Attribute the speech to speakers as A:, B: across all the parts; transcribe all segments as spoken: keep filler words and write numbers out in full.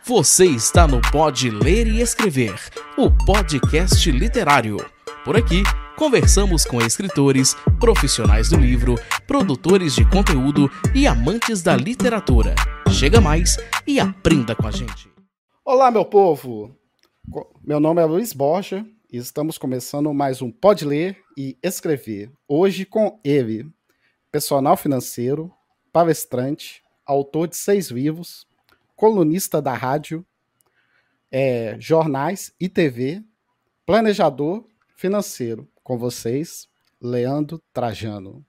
A: Você está no Pode Ler e Escrever, o podcast literário. Por aqui, conversamos com escritores, profissionais do livro, produtores de conteúdo e amantes da literatura. Chega mais e aprenda com a gente.
B: Olá, meu povo! Meu nome é Luiz Borja e estamos começando mais um Pode Ler e Escrever. Hoje com ele, personal financeiro, palestrante, autor de seis livros, colunista da rádio, é, jornais e T V, planejador financeiro. Com vocês, Leandro Trajano.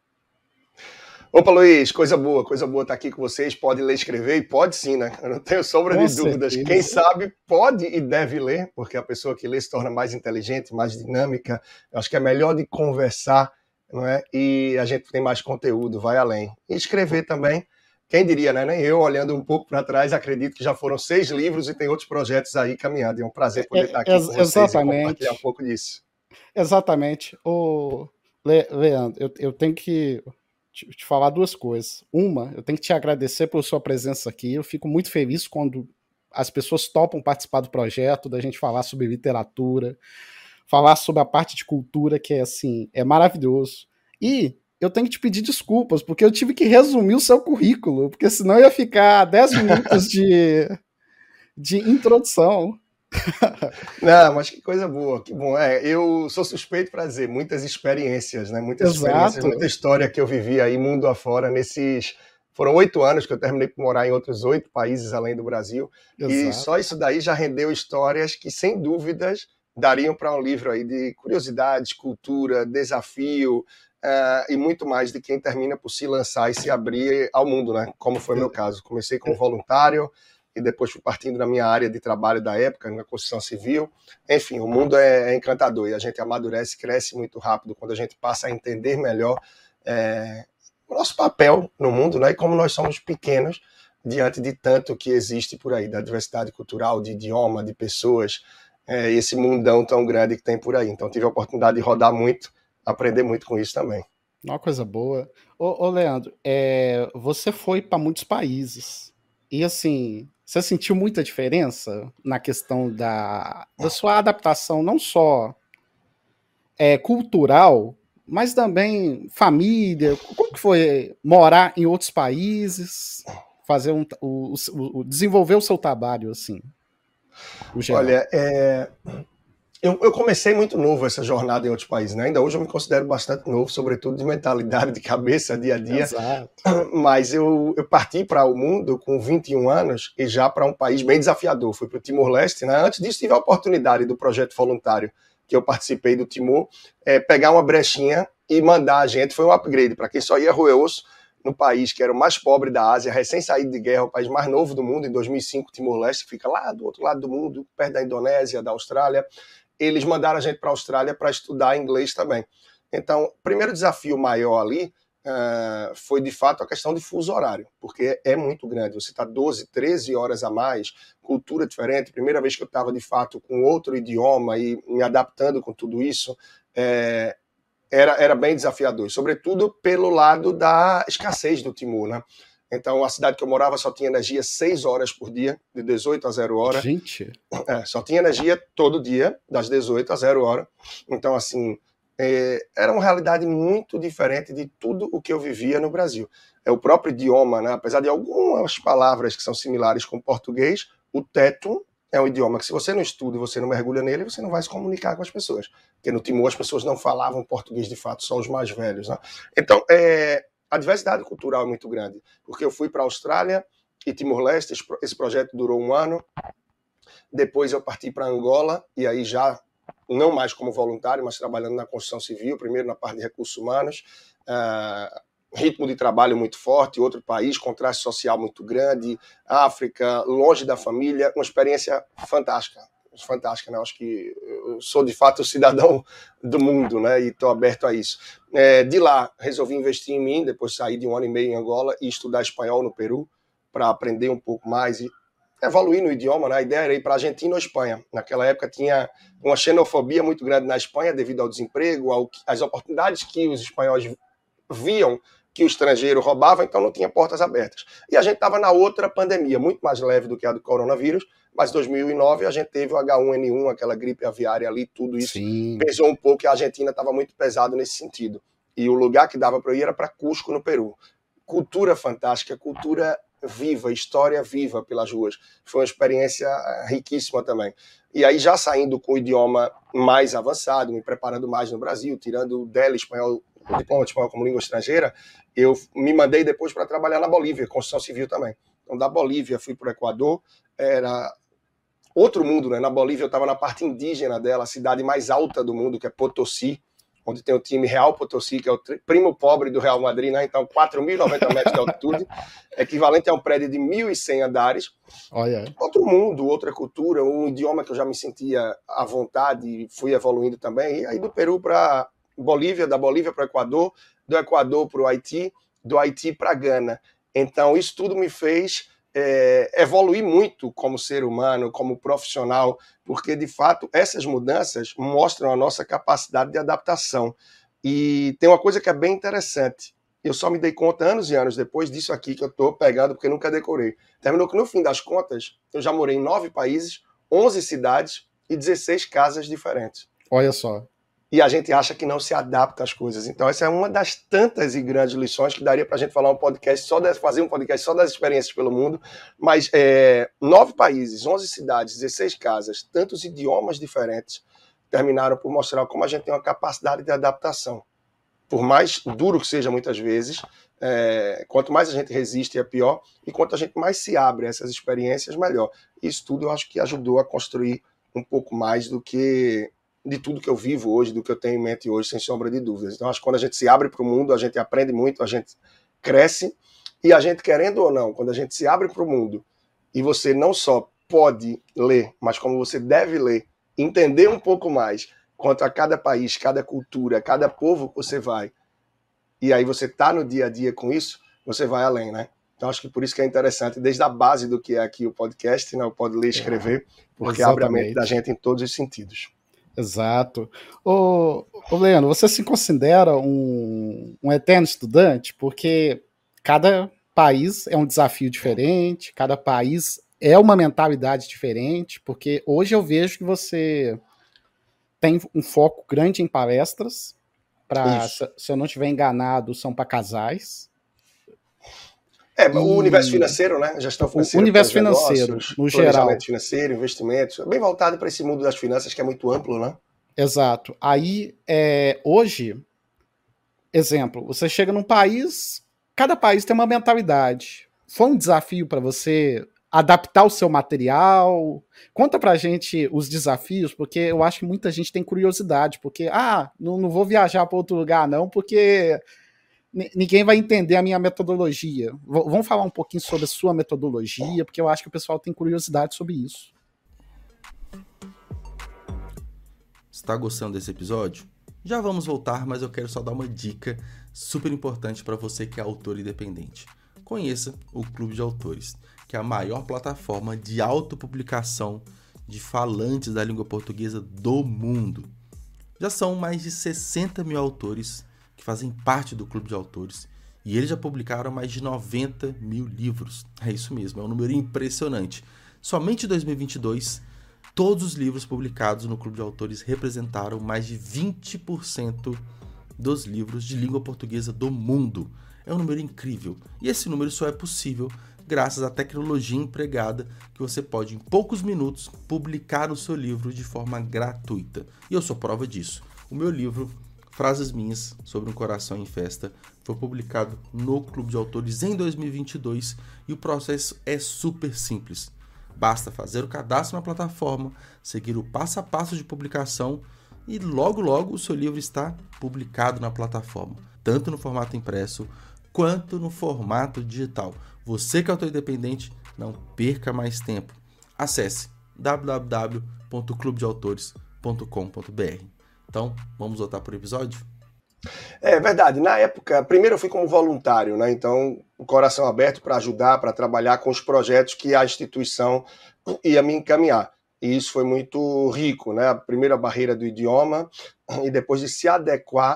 C: Opa, Luiz, coisa boa, coisa boa estar aqui com vocês. Pode ler e escrever? E pode sim, né? Eu não tenho sombra
B: Com
C: de dúvidas.
B: certeza.
C: Quem sabe pode e deve ler, porque a pessoa que lê se torna mais inteligente, mais dinâmica. Eu acho que é melhor de conversar, não é? E a gente tem mais conteúdo, vai além. E escrever também. Quem diria, né? Nem eu, olhando um pouco para trás, acredito que já foram seis livros e tem outros projetos aí caminhando. É um prazer poder estar aqui
B: É,
C: com vocês
B: exatamente.
C: e compartilhar um pouco disso.
B: Exatamente. Ô, Le- Leandro, eu, eu tenho que te, te falar duas coisas. Uma, eu tenho que te agradecer por sua presença aqui. Eu fico muito feliz quando as pessoas topam participar do projeto, da gente falar sobre literatura, falar sobre a parte de cultura, que é assim, é maravilhoso. E eu tenho que te pedir desculpas, porque eu tive que resumir o seu currículo, porque senão ia ficar dez minutos de, de introdução.
C: Não, mas que coisa boa, que bom. É, eu sou suspeito para dizer, muitas experiências, né? Muitas
B: Exato.
C: experiências, muita história que eu vivi aí mundo afora nesses... Foram oito anos que eu terminei por morar em outros oito países além do Brasil.
B: Exato.
C: E só isso daí já rendeu histórias que, sem dúvidas, dariam para um livro aí de curiosidades, cultura, desafio, uh, e muito mais de quem termina por se lançar e se abrir ao mundo, né? Como foi o meu caso. Comecei como voluntário, e depois fui partindo da minha área de trabalho da época, na construção civil. Enfim, o mundo é encantador e a gente amadurece, cresce muito rápido quando a gente passa a entender melhor é, o nosso papel no mundo, né, e como nós somos pequenos diante de tanto que existe por aí, da diversidade cultural, de idioma, de pessoas, é, esse mundão tão grande que tem por aí. Então tive a oportunidade de rodar muito, aprender muito com isso também.
B: Uma coisa boa. Ô, ô Leandro, é, você foi para muitos países e assim, você sentiu muita diferença na questão da, da sua adaptação, não só é, cultural, mas também família? Como que foi morar em outros países, fazer um, o, o, o- desenvolver o seu trabalho assim, no geral?
C: Olha, é, eu, eu comecei muito novo essa jornada em outros países, né? Ainda hoje eu me considero bastante novo, sobretudo de mentalidade, de cabeça, dia a dia.
B: Exato.
C: Mas eu, eu parti para o mundo com vinte e um anos e já para um país bem desafiador. Fui para o Timor-Leste, né? Antes disso tive a oportunidade do projeto voluntário que eu participei do Timor, é, pegar uma brechinha e mandar a gente, foi um upgrade para quem só ia roer osso no país que era o mais pobre da Ásia, recém saído de guerra, o país mais novo do mundo, em dois mil e cinco, Timor-Leste, que fica lá do outro lado do mundo, perto da Indonésia, da Austrália. Eles mandaram a gente para a Austrália para estudar inglês também. Então, o primeiro desafio maior ali uh, foi, de fato, a questão de fuso horário, porque é muito grande. Você está doze, treze horas a mais, cultura diferente. Primeira vez que eu estava, de fato, com outro idioma e me adaptando com tudo isso, é, era, era bem desafiador, sobretudo pelo lado da escassez do Timor, né? Então, a cidade que eu morava só tinha energia seis horas por dia, de dezoito a zero hora.
B: Gente,
C: É, só tinha energia todo dia, das dezoito a zero hora. Então, assim, é, era uma realidade muito diferente de tudo o que eu vivia no Brasil. É o próprio idioma, né? Apesar de algumas palavras que são similares com o português, o teto é um idioma que, se você não estuda e você não mergulha nele, você não vai se comunicar com as pessoas. Porque no Timor as pessoas não falavam português de fato, só os mais velhos, né? Então, é, a diversidade cultural é muito grande. Porque eu fui para a Austrália e Timor-Leste, esse projeto durou um ano. Depois eu parti para Angola, e aí já não mais como voluntário, mas trabalhando na construção civil, primeiro na parte de recursos humanos, uh, ritmo de trabalho muito forte, outro país, contraste social muito grande, África, longe da família, uma experiência fantástica, fantástica, né? Acho que eu sou de fato o cidadão do mundo, né? E estou aberto a isso. É, de lá, resolvi investir em mim, depois saí de um ano e meio em Angola e estudar espanhol no Peru, para aprender um pouco mais e evoluir no idioma, né? A ideia era ir para a Argentina ou Espanha. Naquela época tinha uma xenofobia muito grande na Espanha devido ao desemprego, ao, às oportunidades que os espanhóis viam que o estrangeiro roubava, então não tinha portas abertas. E a gente estava na outra pandemia, muito mais leve do que a do coronavírus, mas em dois mil e nove a gente teve o agá um ene um, aquela gripe aviária ali, tudo isso
B: Sim.
C: pesou um pouco e a Argentina estava muito pesado nesse sentido. E o lugar que dava para ir era para Cusco, no Peru. Cultura fantástica, cultura viva, história viva pelas ruas. Foi uma experiência riquíssima também. E aí já saindo com o idioma mais avançado, me preparando mais no Brasil, tirando o D E L espanhol, o diploma de espanhol como língua estrangeira, eu me mandei depois para trabalhar na Bolívia, construção civil também. Então da Bolívia fui para o Equador, era outro mundo, né? Na Bolívia eu estava na parte indígena dela, a cidade mais alta do mundo, que é Potosí, onde tem o time Real Potosí, que é o primo pobre do Real Madrid, né? Então quatro mil e noventa metros de altitude, equivalente a um prédio de mil e cem andares.
B: Olha.
C: Outro mundo, outra cultura, um idioma que eu já me sentia à vontade e fui evoluindo também. E aí do Peru para Bolívia, da Bolívia para o Equador, do Equador para o Haiti, do Haiti para Gana. Então isso tudo me fez é, evoluir muito como ser humano, como profissional, porque de fato essas mudanças mostram a nossa capacidade de adaptação. E tem uma coisa que é bem interessante, eu só me dei conta anos e anos depois disso aqui que eu estou pegando, porque nunca decorei. Terminou que no fim das contas, eu já morei em nove países, onze cidades e dezesseis casas diferentes.
B: Olha só.
C: E a gente acha que não se adapta às coisas. Então essa é uma das tantas e grandes lições que daria para a gente falar um podcast só de, fazer um podcast só das experiências pelo mundo. Mas é, nove países, onze cidades, dezesseis casas, tantos idiomas diferentes, terminaram por mostrar como a gente tem uma capacidade de adaptação. Por mais duro que seja muitas vezes, é, quanto mais a gente resiste é pior, e quanto a gente mais se abre a essas experiências, melhor. Isso tudo eu acho que ajudou a construir um pouco mais do que de tudo que eu vivo hoje, do que eu tenho em mente hoje, sem sombra de dúvidas. Então, acho que quando a gente se abre para o mundo, a gente aprende muito, a gente cresce, e a gente, querendo ou não, quando a gente se abre para o mundo, e você não só pode ler, mas como você deve ler, entender um pouco mais quanto a cada país, cada cultura, cada povo que você vai, e aí você está no dia a dia com isso, você vai além, né? Então, acho que por isso que é interessante, desde a base do que é aqui o podcast, né, o Pode Ler e Escrever, porque
B: Exatamente.
C: abre a mente da gente em todos os sentidos.
B: Exato. Ô, ô Leandro, você se considera um, um eterno estudante? Porque cada país é um desafio diferente, cada país é uma mentalidade diferente, porque hoje eu vejo que você tem um foco grande em palestras, para, se, se eu não estiver enganado, são para casais.
C: É, e... o universo financeiro, né? Gestão financeira.
B: O universo financeiro,
C: negócios,
B: no geral.
C: Planejamento financeiro, investimentos. É bem voltado para esse mundo das finanças, que é muito amplo, né?
B: Exato. Aí, é, hoje, exemplo, você chega num país, cada país tem uma mentalidade. Foi um desafio para você adaptar o seu material? Conta pra gente os desafios, porque eu acho que muita gente tem curiosidade, porque, ah, não, não vou viajar para outro lugar não, porque ninguém vai entender a minha metodologia. V- vamos falar um pouquinho sobre a sua metodologia, porque eu acho que o pessoal tem curiosidade sobre isso.
D: Está gostando desse episódio? Já vamos voltar, mas eu quero só dar uma dica super importante para você que é autor independente. Conheça o Clube de Autores, que é a maior plataforma de autopublicação de falantes da língua portuguesa do mundo. Já são mais de sessenta mil autores que fazem parte do Clube de Autores e eles já publicaram mais de noventa mil livros. É isso mesmo, é um número impressionante. Somente em dois mil e vinte e dois, todos os livros publicados no Clube de Autores representaram mais de vinte por cento dos livros de língua portuguesa do mundo. É um número incrível. E esse número só é possível graças à tecnologia empregada que você pode, em poucos minutos, publicar o seu livro de forma gratuita. E eu sou prova disso. O meu livro, Frases Minhas sobre um Coração em Festa, foi publicado no Clube de Autores em dois mil e vinte e dois e o processo é super simples. Basta fazer o cadastro na plataforma, seguir o passo a passo de publicação e logo logo o seu livro está publicado na plataforma, tanto no formato impresso quanto no formato digital. Você que é autor independente, não perca mais tempo. Acesse w w w ponto clube de autores ponto com ponto b r. Então, vamos voltar para o episódio?
C: É verdade. Na época, primeiro eu fui como voluntário, né? Então, o coração aberto para ajudar, para trabalhar com os projetos que a instituição ia me encaminhar. E isso foi muito rico, né? A primeira barreira do idioma e depois de se adequar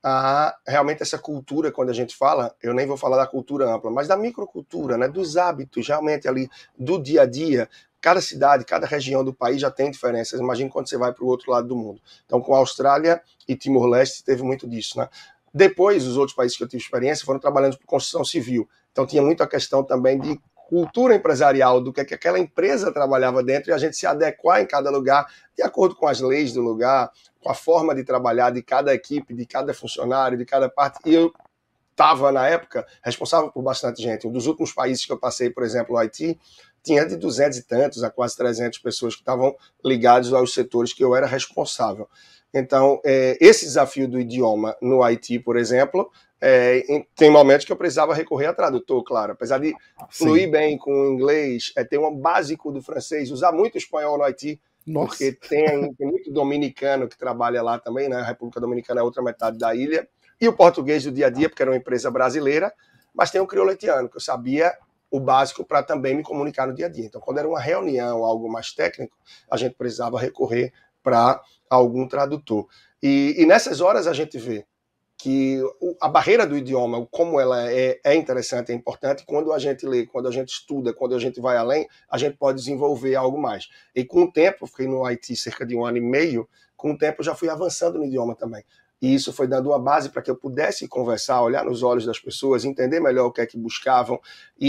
C: a realmente essa cultura, quando a gente fala, eu nem vou falar da cultura ampla, mas da microcultura, né, dos hábitos realmente ali do dia a dia. Cada cidade, cada região do país já tem diferenças. Imagina quando você vai para o outro lado do mundo. Então, com a Austrália e Timor-Leste, teve muito disso, né? Depois, os outros países que eu tive experiência foram trabalhando com construção civil. Então, tinha muito a questão também de cultura empresarial, do que, que aquela empresa trabalhava dentro, e a gente se adequar em cada lugar, de acordo com as leis do lugar, com a forma de trabalhar de cada equipe, de cada funcionário, de cada parte. E eu estava, na época, responsável por bastante gente. Um dos últimos países que eu passei, por exemplo, o Haiti, tinha de duzentos e tantos a quase trezentas pessoas que estavam ligados aos setores que eu era responsável. Então, é, esse desafio do idioma no Haiti, por exemplo, é, em, tem momentos que eu precisava recorrer a tradutor, claro. Apesar de fluir Sim. bem com o inglês, é, ter um básico do francês, usar muito espanhol no Haiti, Nossa. porque tem, tem muito dominicano que trabalha lá também, né? A República Dominicana é outra metade da ilha. E o português do dia a dia, porque era uma empresa brasileira, mas tem o crioulo haitiano, que eu sabia o básico para também me comunicar no dia a dia. Então, quando era uma reunião, algo mais técnico, a gente precisava recorrer para algum tradutor. E, e nessas horas a gente vê que a barreira do idioma, como ela é, é interessante, é importante, quando a gente lê, quando a gente estuda, quando a gente vai além, a gente pode desenvolver algo mais. E com o tempo, eu fiquei no Haiti cerca de um ano e meio, com o tempo eu já fui avançando no idioma também. E isso foi dando uma base para que eu pudesse conversar, olhar nos olhos das pessoas, entender melhor o que é que buscavam.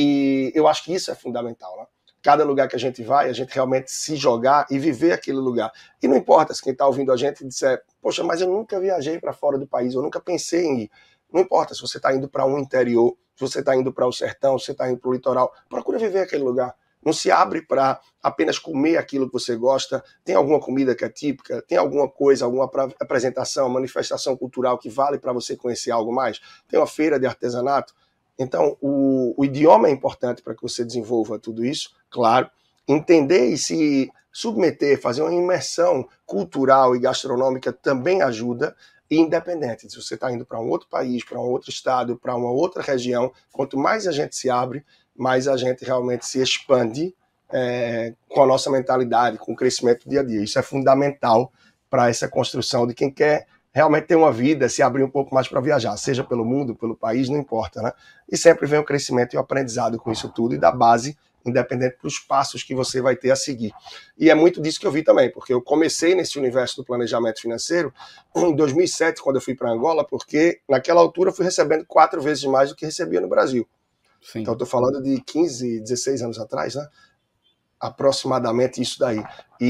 C: E eu acho que isso é fundamental, né? Cada lugar que a gente vai, a gente realmente se jogar e viver aquele lugar. E não importa se quem está ouvindo a gente disser, poxa, mas eu nunca viajei para fora do país, eu nunca pensei em ir. Não importa se você está indo para um interior, se você está indo para o sertão, se você está indo para o litoral, procura viver aquele lugar. Não se abre para apenas comer aquilo que você gosta. Tem alguma comida que é típica? Tem alguma coisa, alguma apresentação, manifestação cultural que vale para você conhecer algo mais? Tem uma feira de artesanato? Então, o, o idioma é importante para que você desenvolva tudo isso, claro. Entender e se submeter, fazer uma imersão cultural e gastronômica também ajuda. E independente, se você está indo para um outro país, para um outro estado, para uma outra região, quanto mais a gente se abre, mais a gente realmente se expande é, com a nossa mentalidade, com o crescimento do dia a dia. Isso é fundamental para essa construção de quem quer realmente ter uma vida, se abrir um pouco mais para viajar, seja pelo mundo, pelo país, não importa, né? E sempre vem o crescimento e o aprendizado com isso tudo e da base, independente dos passos que você vai ter a seguir. E é muito disso que eu vi também, porque eu comecei nesse universo do planejamento financeiro em dois mil e sete, quando eu fui para Angola, porque naquela altura eu fui recebendo quatro vezes mais do que recebia no Brasil. Sim. Então, estou falando de quinze, dezesseis anos atrás, né? Aproximadamente isso daí.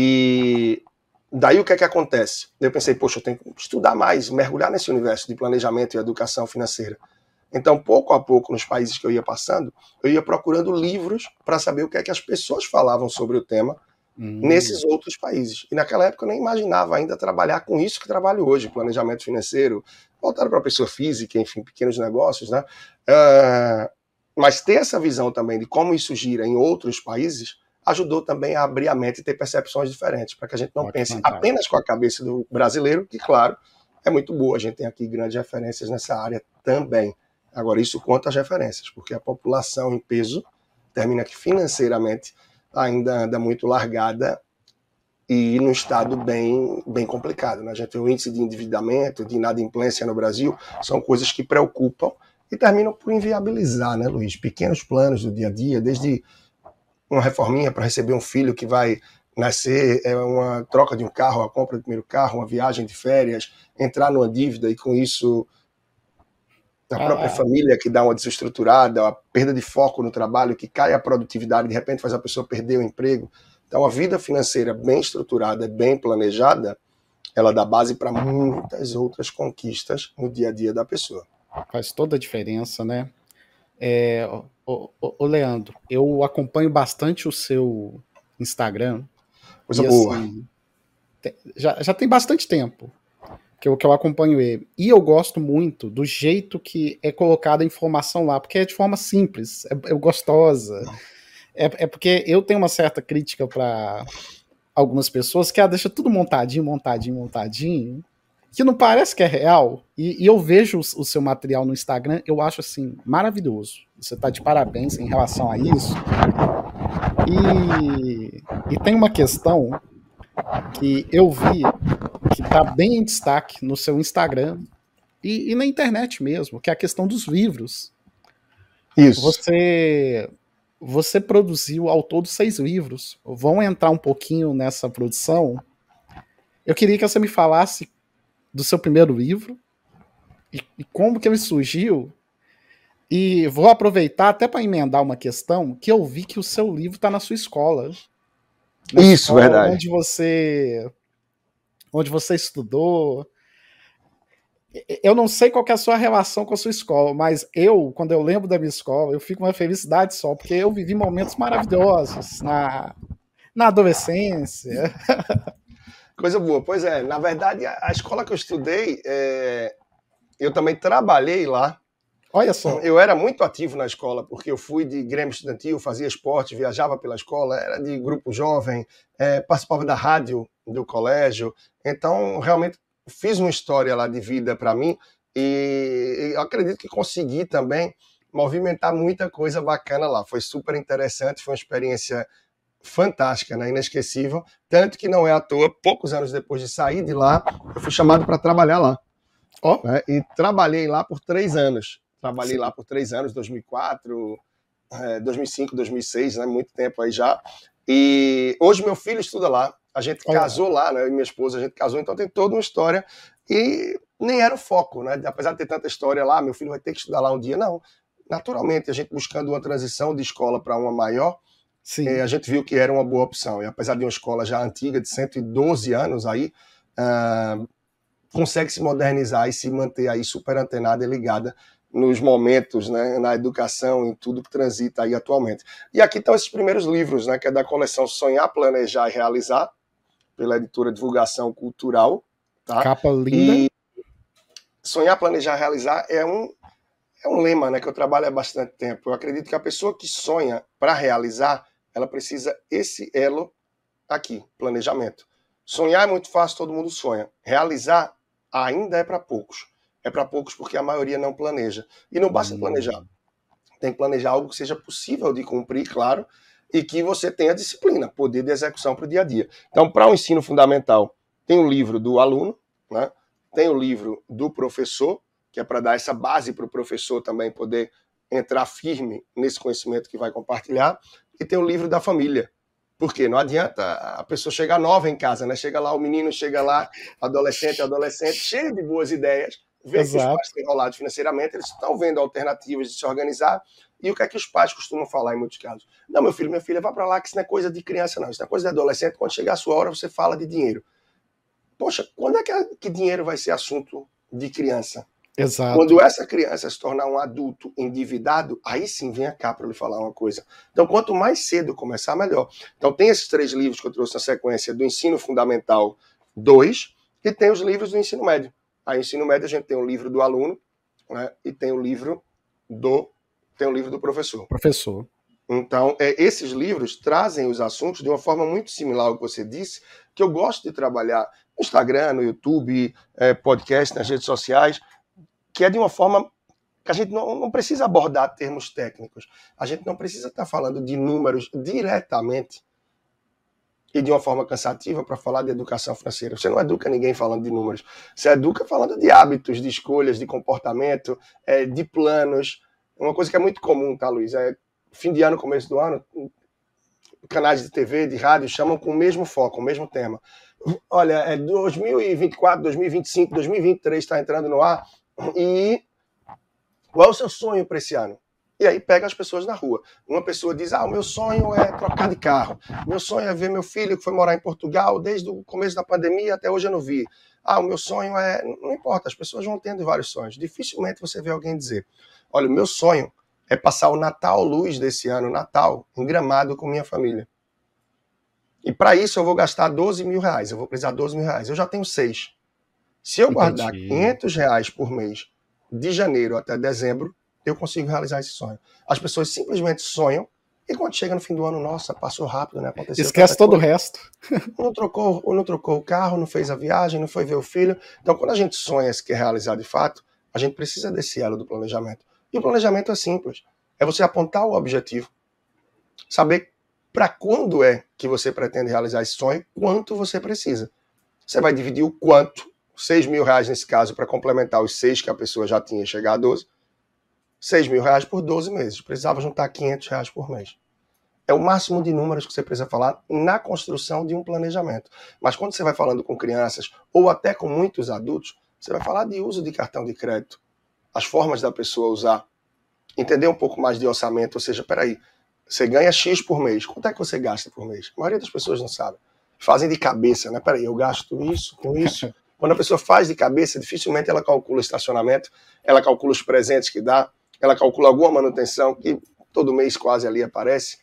C: E daí o que é que acontece? Eu pensei, poxa, eu tenho que estudar mais, mergulhar nesse universo de planejamento e educação financeira. Então, pouco a pouco, nos países que eu ia passando, eu ia procurando livros para saber o que é que as pessoas falavam sobre o tema hum. nesses outros países. E naquela época eu nem imaginava ainda trabalhar com isso que trabalho hoje, planejamento financeiro, voltado para a pessoa física, enfim, pequenos negócios, né? Uh, Mas ter essa visão também de como isso gira em outros países ajudou também a abrir a mente e ter percepções diferentes, para que a gente não Ótimo, pense fantástico. apenas com a cabeça do brasileiro, que, claro, é muito boa. A gente tem aqui grandes referências nessa área também. Agora, isso conta as referências, porque a população em peso termina que financeiramente ainda anda muito largada e num estado bem, bem complicado, né? A gente tem o índice de endividamento, de inadimplência no Brasil, são coisas que preocupam e terminam por inviabilizar, né, Luiz? Pequenos planos do dia a dia, desde uma reforminha para receber um filho que vai nascer, é uma troca de um carro, a compra do primeiro carro, uma viagem de férias, entrar numa dívida e com isso a própria ah. família que dá uma desestruturada, a perda de foco no trabalho, que cai a produtividade, de repente faz a pessoa perder o emprego. Então a vida financeira bem estruturada, bem planejada, ela dá base para muitas outras conquistas no dia a dia da pessoa.
B: Faz toda a diferença, né? É, o, o, o Leandro, eu acompanho bastante o seu Instagram.
C: Coisa e, boa.
B: Assim, já, já tem bastante tempo que eu, que eu acompanho ele. E eu gosto muito do jeito que é colocada a informação lá, porque é de forma simples, é, é gostosa. É, é porque eu tenho uma certa crítica para algumas pessoas que ah, deixa tudo montadinho, montadinho, montadinho, que não parece que é real, e, e eu vejo o, o seu material no Instagram, eu acho assim, maravilhoso. Você tá de parabéns em relação a isso. E, e tem uma questão que eu vi que tá bem em destaque no seu Instagram, e, e na internet mesmo, que é a questão dos livros.
C: Isso.
B: Você, você produziu ao todo seis livros. Vamos entrar um pouquinho nessa produção. Eu queria que você me falasse do seu primeiro livro e, e como que ele surgiu. E vou aproveitar até para emendar uma questão, que eu vi que o seu livro está na sua escola. Na
C: Isso,
B: escola
C: verdade.
B: Onde você, onde você estudou. Eu não sei qual que é a sua relação com a sua escola, mas eu, quando eu lembro da minha escola, eu fico uma felicidade só, porque eu vivi momentos maravilhosos na, na adolescência.
C: Coisa boa. Pois é, na verdade, a escola que eu estudei, é... eu também trabalhei lá.
B: Olha só.
C: Eu era muito ativo na escola, porque eu fui de grêmio estudantil, fazia esporte, viajava pela escola, era de grupo jovem, é, participava da rádio do colégio. Então, realmente, fiz uma história lá de vida para mim e eu acredito que consegui também movimentar muita coisa bacana lá. Foi super interessante, foi uma experiência fantástica, né? Inesquecível. Tanto que não é à toa, poucos anos depois de sair de lá, eu fui chamado para trabalhar lá.
B: Oh.
C: Né? E trabalhei lá por três anos. Trabalhei Sim. lá por três anos, dois mil e quatro, dois mil e cinco, dois mil e seis, né? Muito tempo aí já. E hoje meu filho estuda lá. A gente Olha. casou lá, né? Eu e minha esposa, a gente casou, então tem toda uma história. E nem era o foco, né? Apesar de ter tanta história lá, meu filho vai ter que estudar lá um dia. Não. Naturalmente, a gente buscando uma transição de escola para uma maior, eh, a gente viu que era uma boa opção. E apesar de uma escola já antiga, de cento e doze anos aí, uh, consegue se modernizar e se manter aí super antenada e ligada nos momentos, né, na educação, em tudo que transita aí atualmente. E aqui estão esses primeiros livros, né, que é da coleção Sonhar, Planejar e Realizar, pela editora Divulgação Cultural. Tá?
B: Capa linda.
C: E Sonhar, Planejar e Realizar é um, é um lema, né, que eu trabalho há bastante tempo. Eu acredito que a pessoa que sonha para realizar, ela precisa esse elo aqui, planejamento. Sonhar é muito fácil, todo mundo sonha. Realizar ainda é para poucos. É para poucos porque a maioria não planeja. E não basta planejar. Tem que planejar algo que seja possível de cumprir, claro, e que você tenha disciplina, poder de execução para o dia a dia. Então, para o ensino fundamental, tem o livro do aluno, né? Tem o livro do professor, que é para dar essa base para o professor também poder entrar firme nesse conhecimento que vai compartilhar, e tem o livro da família. Porque não adianta a pessoa chegar nova em casa, né? Chega lá, o menino chega lá, adolescente, adolescente, cheio de boas ideias, vê Exato. que os pais estão enrolados financeiramente, eles estão vendo alternativas de se organizar. E o que é que os pais costumam falar em muitos casos? Não, meu filho, minha filha, vá para lá, que isso não é coisa de criança, não. Isso não é coisa de adolescente. Quando chegar a sua hora, você fala de dinheiro. Poxa, quando é que, que dinheiro vai ser assunto de criança?
B: Exato.
C: Quando essa criança se tornar um adulto endividado, aí sim vem cá para lhe falar uma coisa. Então, quanto mais cedo começar, melhor. Então, tem esses três livros que eu trouxe na sequência do Ensino Fundamental dois e tem os livros do Ensino Médio. Aí, no Ensino Médio, a gente tem o livro do aluno, né, e tem o livro do, tem o livro do professor.
B: Professor.
C: Então, é, esses livros trazem os assuntos de uma forma muito similar ao que você disse, que eu gosto de trabalhar no Instagram, no YouTube, é, podcast, nas redes sociais, que é de uma forma que a gente não, não precisa abordar termos técnicos. A gente não precisa estar falando de números diretamente e de uma forma cansativa para falar de educação financeira. Você não educa ninguém falando de números. Você educa falando de hábitos, de escolhas, de comportamento, é, de planos. Uma coisa que é muito comum, tá, Luiz? É, fim de ano, começo do ano, canais de T V, de rádio, chamam com o mesmo foco, o mesmo tema. Olha, é dois mil e vinte e quatro, dois mil e vinte e cinco, dois mil e vinte e três está entrando no ar. E qual é o seu sonho para esse ano? E aí pega as pessoas na rua. Uma pessoa diz, ah, o meu sonho é trocar de carro. Meu sonho é ver meu filho que foi morar em Portugal desde o começo da pandemia até hoje eu não vi. Ah, o meu sonho é... Não importa, as pessoas vão tendo vários sonhos. Dificilmente você vê alguém dizer, olha, o meu sonho é passar o Natal Luz desse ano, Natal, em Gramado com minha família. E para isso eu vou gastar doze mil reais. Eu vou precisar de doze mil reais. Eu já tenho seis. Se eu guardar Entendi. quinhentos reais por mês, de janeiro até dezembro, eu consigo realizar esse sonho. As pessoas simplesmente sonham e quando chega no fim do ano, nossa, passou rápido, né? Aconteceu
B: Esquece todo coisa. o resto.
C: Não trocou, não trocou o carro, não fez a viagem, não foi ver o filho. Então, quando a gente sonha se quer realizar de fato, a gente precisa desse elo do planejamento. E o planejamento é simples. É você apontar o objetivo, saber para quando é que você pretende realizar esse sonho, quanto você precisa. Você vai dividir o quanto seis mil reais nesse caso para complementar os seis que a pessoa já tinha e chegar a doze, seis mil reais por doze meses. Precisava juntar quinhentos reais por mês. É o máximo de números que você precisa falar na construção de um planejamento. Mas quando você vai falando com crianças ou até com muitos adultos, você vai falar de uso de cartão de crédito, as formas da pessoa usar, entender um pouco mais de orçamento, ou seja, peraí, você ganha X por mês, quanto é que você gasta por mês? A maioria das pessoas não sabe. Fazem de cabeça, né? Peraí, eu gasto isso com isso. Quando a pessoa faz de cabeça, dificilmente ela calcula estacionamento, ela calcula os presentes que dá, ela calcula alguma manutenção que todo mês quase ali aparece.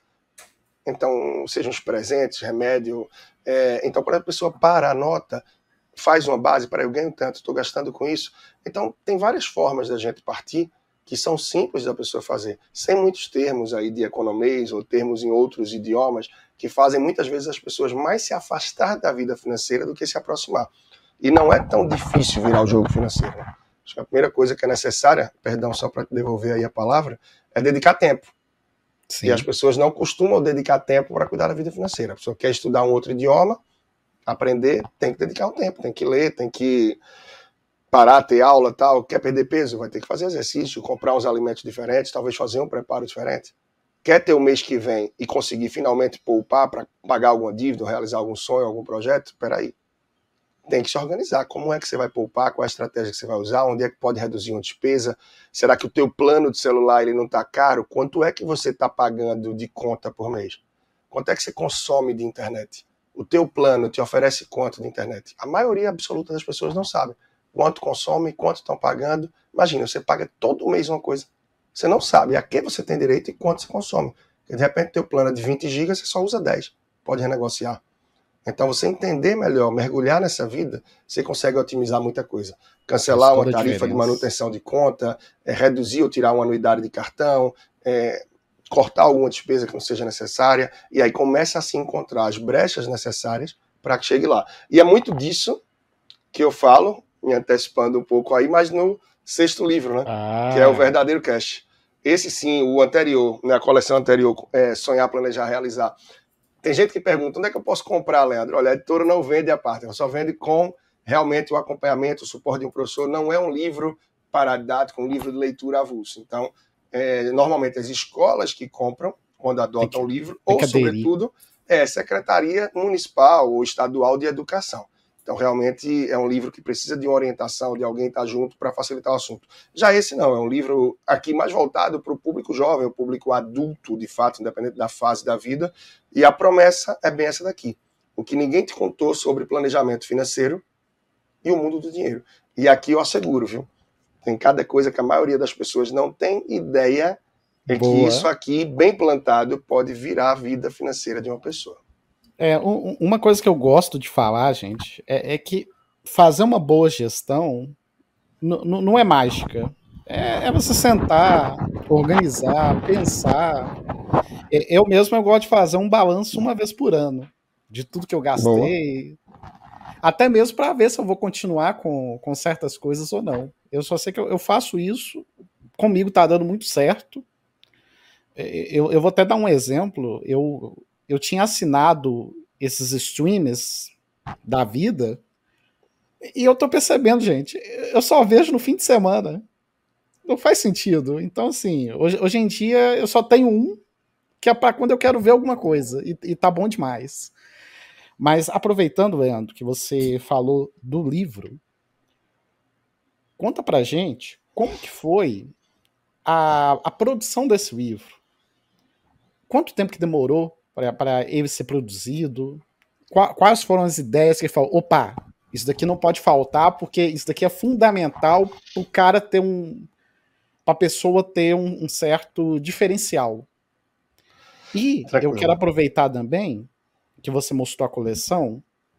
C: Então, sejam os presentes, remédio. É, então, quando a pessoa para, anota, faz uma base, para eu ganho tanto, estou gastando com isso. Então, tem várias formas da gente partir que são simples da pessoa fazer, sem muitos termos aí de economês ou termos em outros idiomas que fazem muitas vezes as pessoas mais se afastar da vida financeira do que se aproximar. E não é tão difícil virar o jogo financeiro. Acho que a primeira coisa que é necessária, perdão, só para devolver aí a palavra, é dedicar tempo. Sim. E as pessoas não costumam dedicar tempo para cuidar da vida financeira. A pessoa quer estudar um outro idioma, aprender, tem que dedicar o tempo, tem que ler, tem que parar, ter aula e tal. Quer perder peso, vai ter que fazer exercício, comprar uns alimentos diferentes, talvez fazer um preparo diferente. Quer ter o mês que vem e conseguir finalmente poupar para pagar alguma dívida, realizar algum sonho, algum projeto? Peraí. Tem que se organizar. Como é que você vai poupar? Qual é a estratégia que você vai usar? Onde é que pode reduzir uma despesa? Será que o teu plano de celular ele não está caro? Quanto é que você está pagando de conta por mês? Quanto é que você consome de internet? O teu plano te oferece quanto de internet? A maioria absoluta das pessoas não sabe quanto consome, quanto estão pagando. Imagina, você paga todo mês uma coisa. Você não sabe a que você tem direito e quanto você consome. Porque de repente, teu plano é de vinte gigas, você só usa dez. Pode renegociar. Então, você entender melhor, mergulhar nessa vida, você consegue otimizar muita coisa. Cancelar uma tarifa de manutenção de conta, é, reduzir ou tirar uma anuidade de cartão, é, cortar alguma despesa que não seja necessária, e aí começa a se encontrar as brechas necessárias para que chegue lá. E é muito disso que eu falo, me antecipando um pouco aí, mas no sexto livro, né? Ah. Que é o Verdadeiro Cash. Esse sim, o anterior, né, a coleção anterior, é, Sonhar, Planejar, Realizar. Tem gente que pergunta, onde é que eu posso comprar, Leandro? Olha, a editora não vende a parte, ela só vende com realmente o acompanhamento, o suporte de um professor. Não é um livro paradidático, um livro de leitura avulso. Então, é, normalmente as escolas que compram, quando adotam o livro, ou, sobretudo, é Secretaria Municipal ou Estadual de Educação. Então, realmente, é um livro que precisa de uma orientação, de alguém estar junto para facilitar o assunto. Já esse não, é um livro aqui mais voltado para o público jovem, o público adulto, de fato, independente da fase da vida. E a promessa é bem essa daqui. O que ninguém te contou sobre planejamento financeiro e o mundo do dinheiro. E aqui eu asseguro, viu? Tem cada coisa que a maioria das pessoas não tem ideia é Boa. Que isso aqui, bem plantado, pode virar a vida financeira de uma pessoa.
B: É, um, uma coisa que eu gosto de falar, gente, é, é que fazer uma boa gestão não é mágica. É, é você sentar, organizar, pensar. Eu mesmo eu gosto de fazer um balanço uma vez por ano de tudo que eu gastei. Boa. Até mesmo para ver se eu vou continuar com, com certas coisas ou não. Eu só sei que eu, eu faço isso, comigo tá dando muito certo. Eu, eu vou até dar um exemplo. Eu... Eu tinha assinado esses streams da vida e eu tô percebendo, gente, eu só vejo no fim de semana. Não faz sentido. Então, assim, hoje, hoje em dia eu só tenho um que é para quando eu quero ver alguma coisa e, e tá bom demais. Mas aproveitando, Leandro, que você falou do livro, conta pra gente como que foi a, a produção desse livro. Quanto tempo que demorou para ele ser produzido? Quais foram as ideias que ele falou? Opa, isso daqui não pode faltar, porque isso daqui é fundamental para o cara ter um... para a pessoa ter um, um certo diferencial. E Tranquilo. Eu quero aproveitar também que você mostrou a coleção.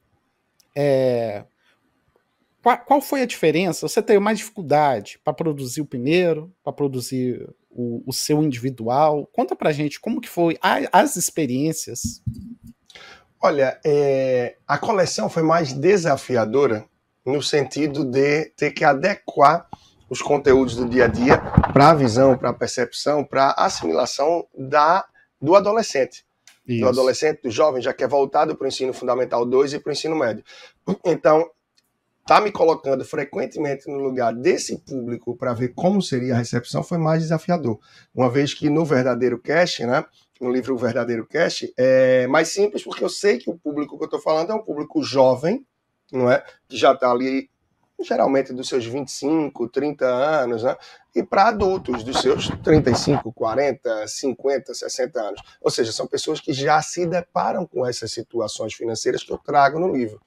B: É, qual, qual foi a diferença? Você teve mais dificuldade para produzir o primeiro, para produzir o, o seu individual? Conta pra gente como que foi a, as experiências.
C: Olha, é, a coleção foi mais desafiadora no sentido de ter que adequar os conteúdos do dia a dia para a visão, para a percepção, para a assimilação da, do adolescente. Isso. Do adolescente, do jovem, já que é voltado para o ensino fundamental dois e para o ensino médio. Então, tá me colocando frequentemente no lugar desse público para ver como seria a recepção foi mais desafiador. Uma vez que no Verdadeiro Cast, né, no livro O Verdadeiro Cast, é mais simples porque eu sei que o público que eu estou falando é um público jovem, não é? Que já está ali, geralmente dos seus vinte e cinco, trinta anos, né? E para adultos dos seus trinta e cinco, quarenta, cinquenta, sessenta anos. Ou seja, são pessoas que já se deparam com essas situações financeiras que eu trago no livro.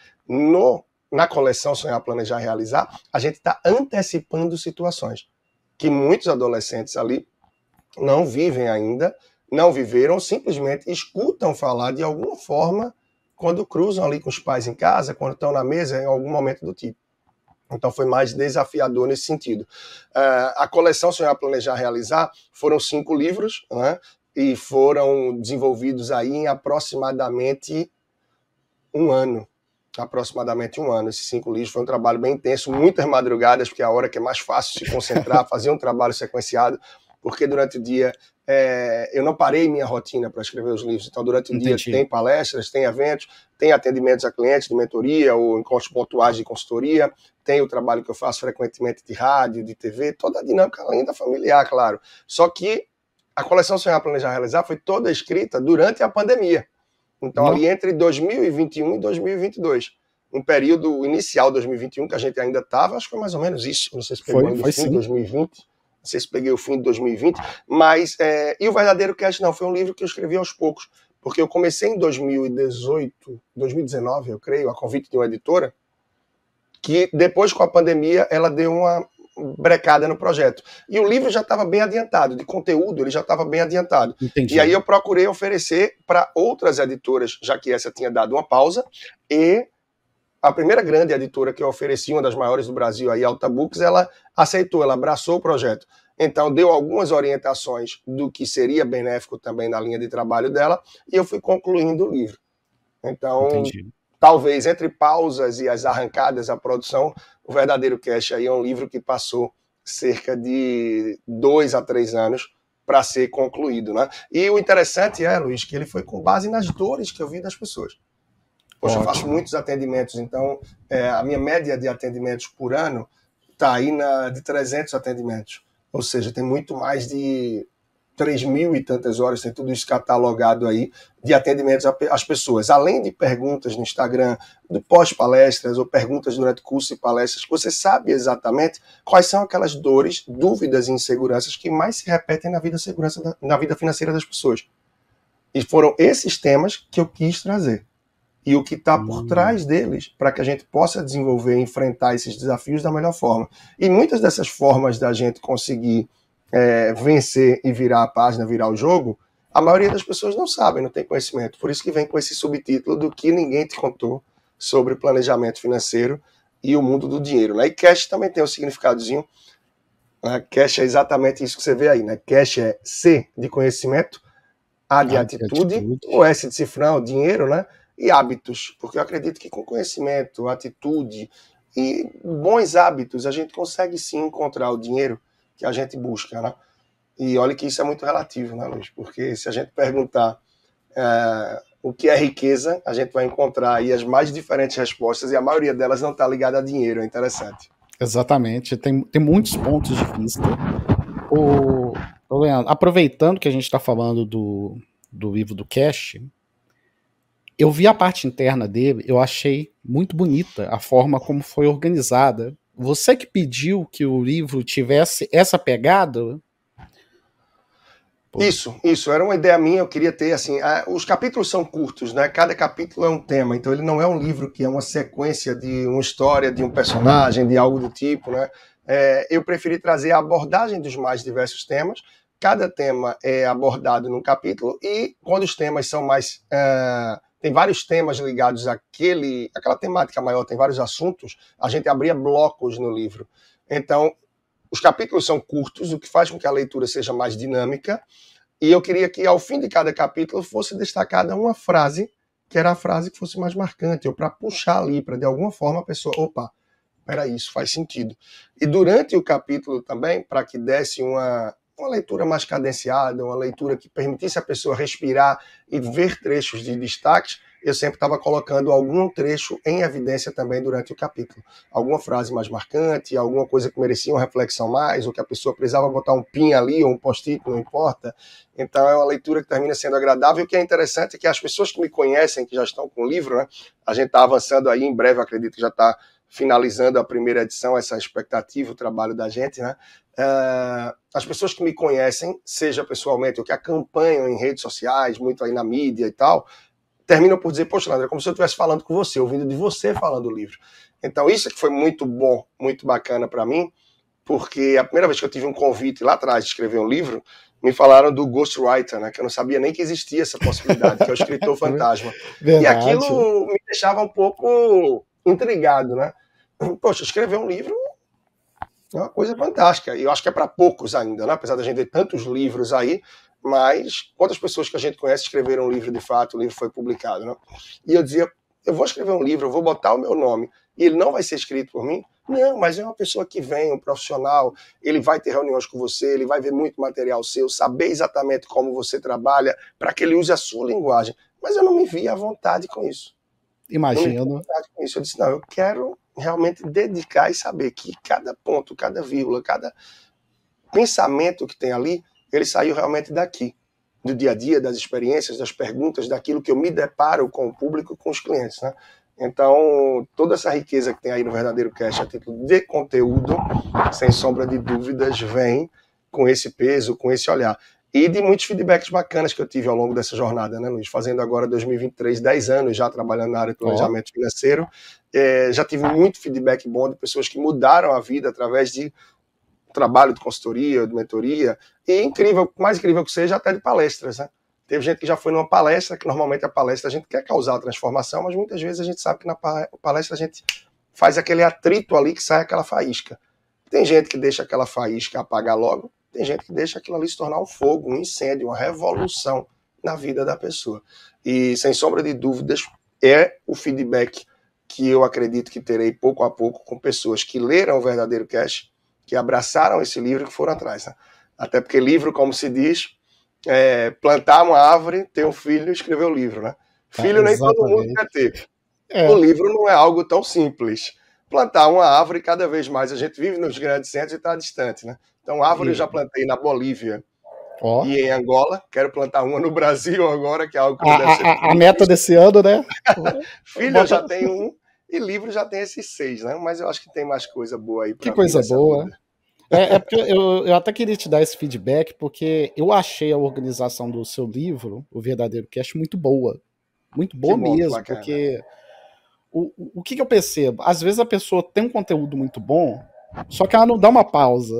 C: No Na coleção Sonhar, Planejar, Realizar, a gente está antecipando situações que muitos adolescentes ali não vivem ainda, não viveram, simplesmente escutam falar de alguma forma quando cruzam ali com os pais em casa, quando estão na mesa, em algum momento do tipo. Então foi mais desafiador nesse sentido. Uh, a coleção Sonhar, Planejar, Realizar foram cinco livros, né, e foram desenvolvidos aí em aproximadamente um ano. aproximadamente um ano, esses cinco livros. Foi um trabalho bem intenso, muitas madrugadas, porque é a hora que é mais fácil se concentrar, fazer um trabalho sequenciado, porque durante o dia é, eu não parei minha rotina para escrever os livros, então durante o Entendi. dia tem palestras, tem eventos, tem atendimentos a clientes de mentoria ou encontros pontuais de consultoria, tem o trabalho que eu faço frequentemente de rádio, de T V, toda a dinâmica além da familiar, claro. Só que a coleção Sonhar, Planejar, Realizar foi toda escrita durante a pandemia. Então, Não. ali entre dois mil e vinte e um e dois mil e vinte e dois. Um período inicial de dois mil e vinte e um, que a gente ainda estava, acho que foi mais ou menos isso. Não sei se pegou ainda o fim de dois mil e vinte. Não sei se peguei o fim de dois mil e vinte. Mas, é... e o Verdadeiro Cast não, foi um livro que eu escrevi aos poucos. Porque eu comecei em dois mil e dezoito, dois mil e dezenove, eu creio, a convite de uma editora, que depois, com a pandemia, ela deu uma brecada no projeto. E o livro já estava bem adiantado, de conteúdo ele já estava bem adiantado. Entendi. E aí eu procurei oferecer para outras editoras, já que essa tinha dado uma pausa, e a primeira grande editora que eu ofereci, uma das maiores do Brasil, a Alta Books, ela aceitou, ela abraçou o projeto. Então deu algumas orientações do que seria benéfico também na linha de trabalho dela, e eu fui concluindo o livro. Então... Entendi. Talvez entre pausas e as arrancadas, a produção, o Verdadeiro Cast aí é um livro que passou cerca de dois a três anos para ser concluído, né? E o interessante é, Luiz, que ele foi com base nas dores que eu vi das pessoas. Poxa, Ótimo. eu faço muitos atendimentos, então é, a minha média de atendimentos por ano está aí na, de trezentos atendimentos. Ou seja, tem muito mais de três mil e tantas horas, tem tudo isso catalogado aí, de atendimentos às pessoas. Além de perguntas no Instagram, do pós-palestras ou perguntas durante curso e palestras, você sabe exatamente quais são aquelas dores, dúvidas e inseguranças que mais se repetem na vida, segurança, na vida financeira das pessoas. E foram esses temas que eu quis trazer. E o que está por trás deles, para que a gente possa desenvolver e enfrentar esses desafios da melhor forma. E muitas dessas formas da gente conseguir É, vencer e virar a página, virar o jogo, a maioria das pessoas não sabem, não tem conhecimento. Por isso que vem com esse subtítulo do que ninguém te contou sobre planejamento financeiro e o mundo do dinheiro. Né? E cash também tem um significadozinho. Né? Cash é exatamente isso que você vê aí. Né? Cash é C de conhecimento, A de ah, atitude, atitude, o S de cifrão, dinheiro, né? E hábitos. Porque eu acredito que com conhecimento, atitude e bons hábitos, a gente consegue sim encontrar o dinheiro que a gente busca, né? E olha que isso é muito relativo, né, Luiz? Porque se a gente perguntar é, o que é riqueza, a gente vai encontrar aí as mais diferentes respostas e a maioria delas não está ligada a dinheiro, é interessante.
B: Exatamente, tem, tem muitos pontos de vista. O, o Leandro, aproveitando que a gente está falando do, do livro do Cash, eu vi a parte interna dele, eu achei muito bonita a forma como foi organizada. Você que pediu que o livro tivesse essa pegada?
C: Isso, isso, era uma ideia minha, eu queria ter, assim, a, os capítulos são curtos, né, cada capítulo é um tema, então ele não é um livro que é uma sequência de uma história, de um personagem, de algo do tipo, né, é, eu preferi trazer a abordagem dos mais diversos temas, cada tema é abordado num capítulo, e quando os temas são mais... Uh, tem vários temas ligados àquele, àquela temática maior, tem vários assuntos, a gente abria blocos no livro. Então, os capítulos são curtos, o que faz com que a leitura seja mais dinâmica, e eu queria que ao fim de cada capítulo fosse destacada uma frase, que era a frase que fosse mais marcante, ou para puxar ali, para de alguma forma a pessoa, opa, peraí, isso faz sentido. E durante o capítulo também, para que desse uma... uma leitura mais cadenciada, uma leitura que permitisse a pessoa respirar e ver trechos de destaques, eu sempre estava colocando algum trecho em evidência também durante o capítulo. Alguma frase mais marcante, alguma coisa que merecia uma reflexão mais, ou que a pessoa precisava botar um pin ali, ou um post-it, não importa. Então é uma leitura que termina sendo agradável. E o que é interessante é que as pessoas que me conhecem, que já estão com o livro, né, a gente está avançando aí, em breve, acredito que já está finalizando a primeira edição, essa expectativa, o trabalho da gente, né? Uh, as pessoas que me conhecem, seja pessoalmente ou que acompanham em redes sociais, muito aí na mídia e tal, terminam por dizer, poxa, André, é como se eu estivesse falando com você, ouvindo de você falando o livro. Então isso que foi muito bom, muito bacana para mim, porque a primeira vez que eu tive um convite lá atrás de escrever um livro, me falaram do ghostwriter, né, que eu não sabia nem que existia essa possibilidade, que é o escritor fantasma.
B: Verdade.
C: E aquilo me deixava um pouco intrigado, né? Poxa, escrever um livro é uma coisa fantástica, e eu acho que é para poucos ainda, né? Apesar da gente ter tantos livros aí, mas quantas pessoas que a gente conhece escreveram um livro de fato, o livro foi publicado, né? E eu dizia, eu vou escrever um livro, eu vou botar o meu nome, e ele não vai ser escrito por mim? Não, mas é uma pessoa que vem, um profissional, ele vai ter reuniões com você, ele vai ver muito material seu, saber exatamente como você trabalha, para que ele use a sua linguagem. Mas eu não me via à vontade com isso.
B: Imagino.
C: Não me via à vontade com isso. Eu disse, não, eu quero realmente dedicar e saber que cada ponto, cada vírgula, cada pensamento que tem ali, ele saiu realmente daqui, do dia a dia, das experiências, das perguntas, daquilo que eu me deparo com o público, com os clientes, né? Então, toda essa riqueza que tem aí no Verdadeiro Cast a título de conteúdo, sem sombra de dúvidas, vem com esse peso, com esse olhar. E de muitos feedbacks bacanas que eu tive ao longo dessa jornada, né, Luiz? Fazendo agora dois mil e vinte e três, dez anos já trabalhando na área de planejamento oh. financeiro. É, já tive muito feedback bom de pessoas que mudaram a vida através de trabalho de consultoria, de mentoria. E incrível, mais incrível que seja, até de palestras, né? Teve gente que já foi numa palestra, que normalmente a palestra a gente quer causar a transformação, mas muitas vezes a gente sabe que na palestra a gente faz aquele atrito ali que sai aquela faísca. Tem gente que deixa aquela faísca apagar logo, tem gente que deixa aquilo ali se tornar um fogo, um incêndio, uma revolução na vida da pessoa. E, sem sombra de dúvidas, é o feedback que eu acredito que terei pouco a pouco com pessoas que leram o Verdadeiro Cast, que abraçaram esse livro e que foram atrás, né? Até porque livro, como se diz, é plantar uma árvore, ter um filho e escrever o livro, né? Filho é, nem todo mundo quer ter. É. O livro não é algo tão simples. Plantar uma árvore, cada vez mais a gente vive nos grandes centros e está distante, né? Então, árvore eu já plantei na Bolívia oh. e em Angola. Quero plantar uma no Brasil agora, que é algo que
B: a,
C: deve ser
B: a, a meta desse ano, né?
C: Filho eu já tenho um e livro já tem esses seis, né? Mas eu acho que tem mais coisa boa aí.
B: Que coisa boa. É, é porque eu, eu até queria te dar esse feedback, porque eu achei a organização do seu livro, O Verdadeiro Cast, muito boa. Muito boa bom, mesmo, porque o, o que, que eu percebo? Às vezes a pessoa tem um conteúdo muito bom, só que ela não dá uma pausa.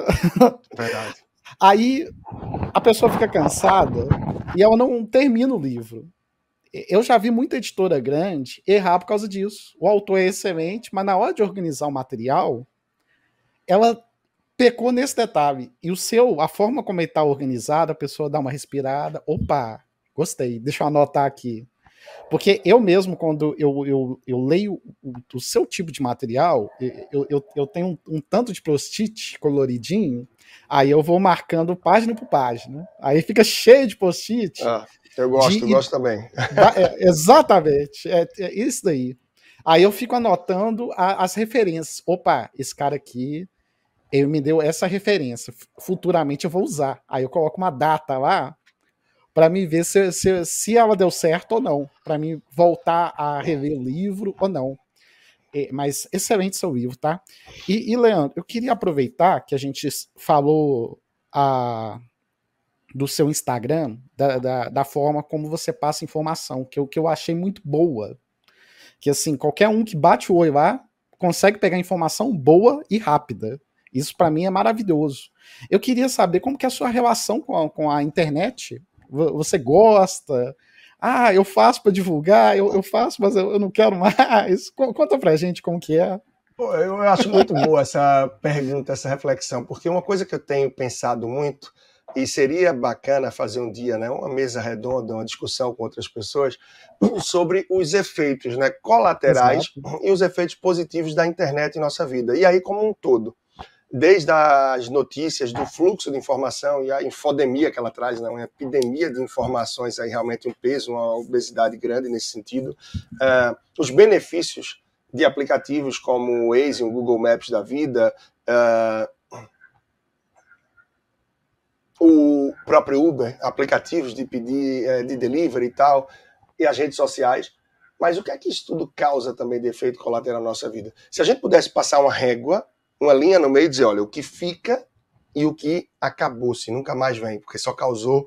C: Verdade.
B: Aí a pessoa fica cansada e ela não termina o livro. Eu já vi muita editora grande errar por causa disso. O autor é excelente, mas na hora de organizar o material, ela pecou nesse detalhe. E o seu, a forma como ele está organizado, a pessoa dá uma respirada. Opa, gostei, deixa eu anotar aqui. Porque eu mesmo, quando eu, eu, eu leio o, o seu tipo de material, eu, eu, eu tenho um, um tanto de post-it coloridinho, aí eu vou marcando página por página. Aí fica cheio de post-it.
C: Ah, eu gosto, de, eu gosto também.
B: É, exatamente, é, é isso daí. Aí eu fico anotando a, as referências. Opa, esse cara aqui, ele me deu essa referência. Futuramente eu vou usar. Aí eu coloco uma data lá, para mim ver se, se, se ela deu certo ou não, para mim voltar a rever o livro ou não. É, mas excelente seu livro, tá? E, e, Leandro, eu queria aproveitar que a gente falou a, do seu Instagram, da, da, da forma como você passa informação, que eu, que eu achei muito boa. Que assim, qualquer um que bate o olho lá consegue pegar informação boa e rápida. Isso para mim é maravilhoso. Eu queria saber como que é a sua relação com a, com a internet. Você gosta? Ah, eu faço para divulgar, eu, eu faço, mas eu, eu não quero mais. Conta pra gente como que é.
C: Pô, eu acho muito boa essa pergunta, essa reflexão, porque uma coisa que eu tenho pensado muito, e seria bacana fazer um dia, né, uma mesa redonda, uma discussão com outras pessoas, sobre os efeitos, né, colaterais Exato. E os efeitos positivos da internet em nossa vida. E aí como um todo. desde as notícias do fluxo de informação e a infodemia que ela traz, né? Uma epidemia de informações, aí realmente um peso, uma obesidade grande nesse sentido. Uh, os benefícios de aplicativos como o Waze, o Google Maps da vida, uh, o próprio Uber, aplicativos de pedir, uh, de delivery e tal, e as redes sociais. Mas o que é que isso tudo causa também de efeito colateral na nossa vida? Se a gente pudesse passar uma régua, uma linha no meio e dizer, olha, o que fica e o que acabou-se, nunca mais vem, porque só causou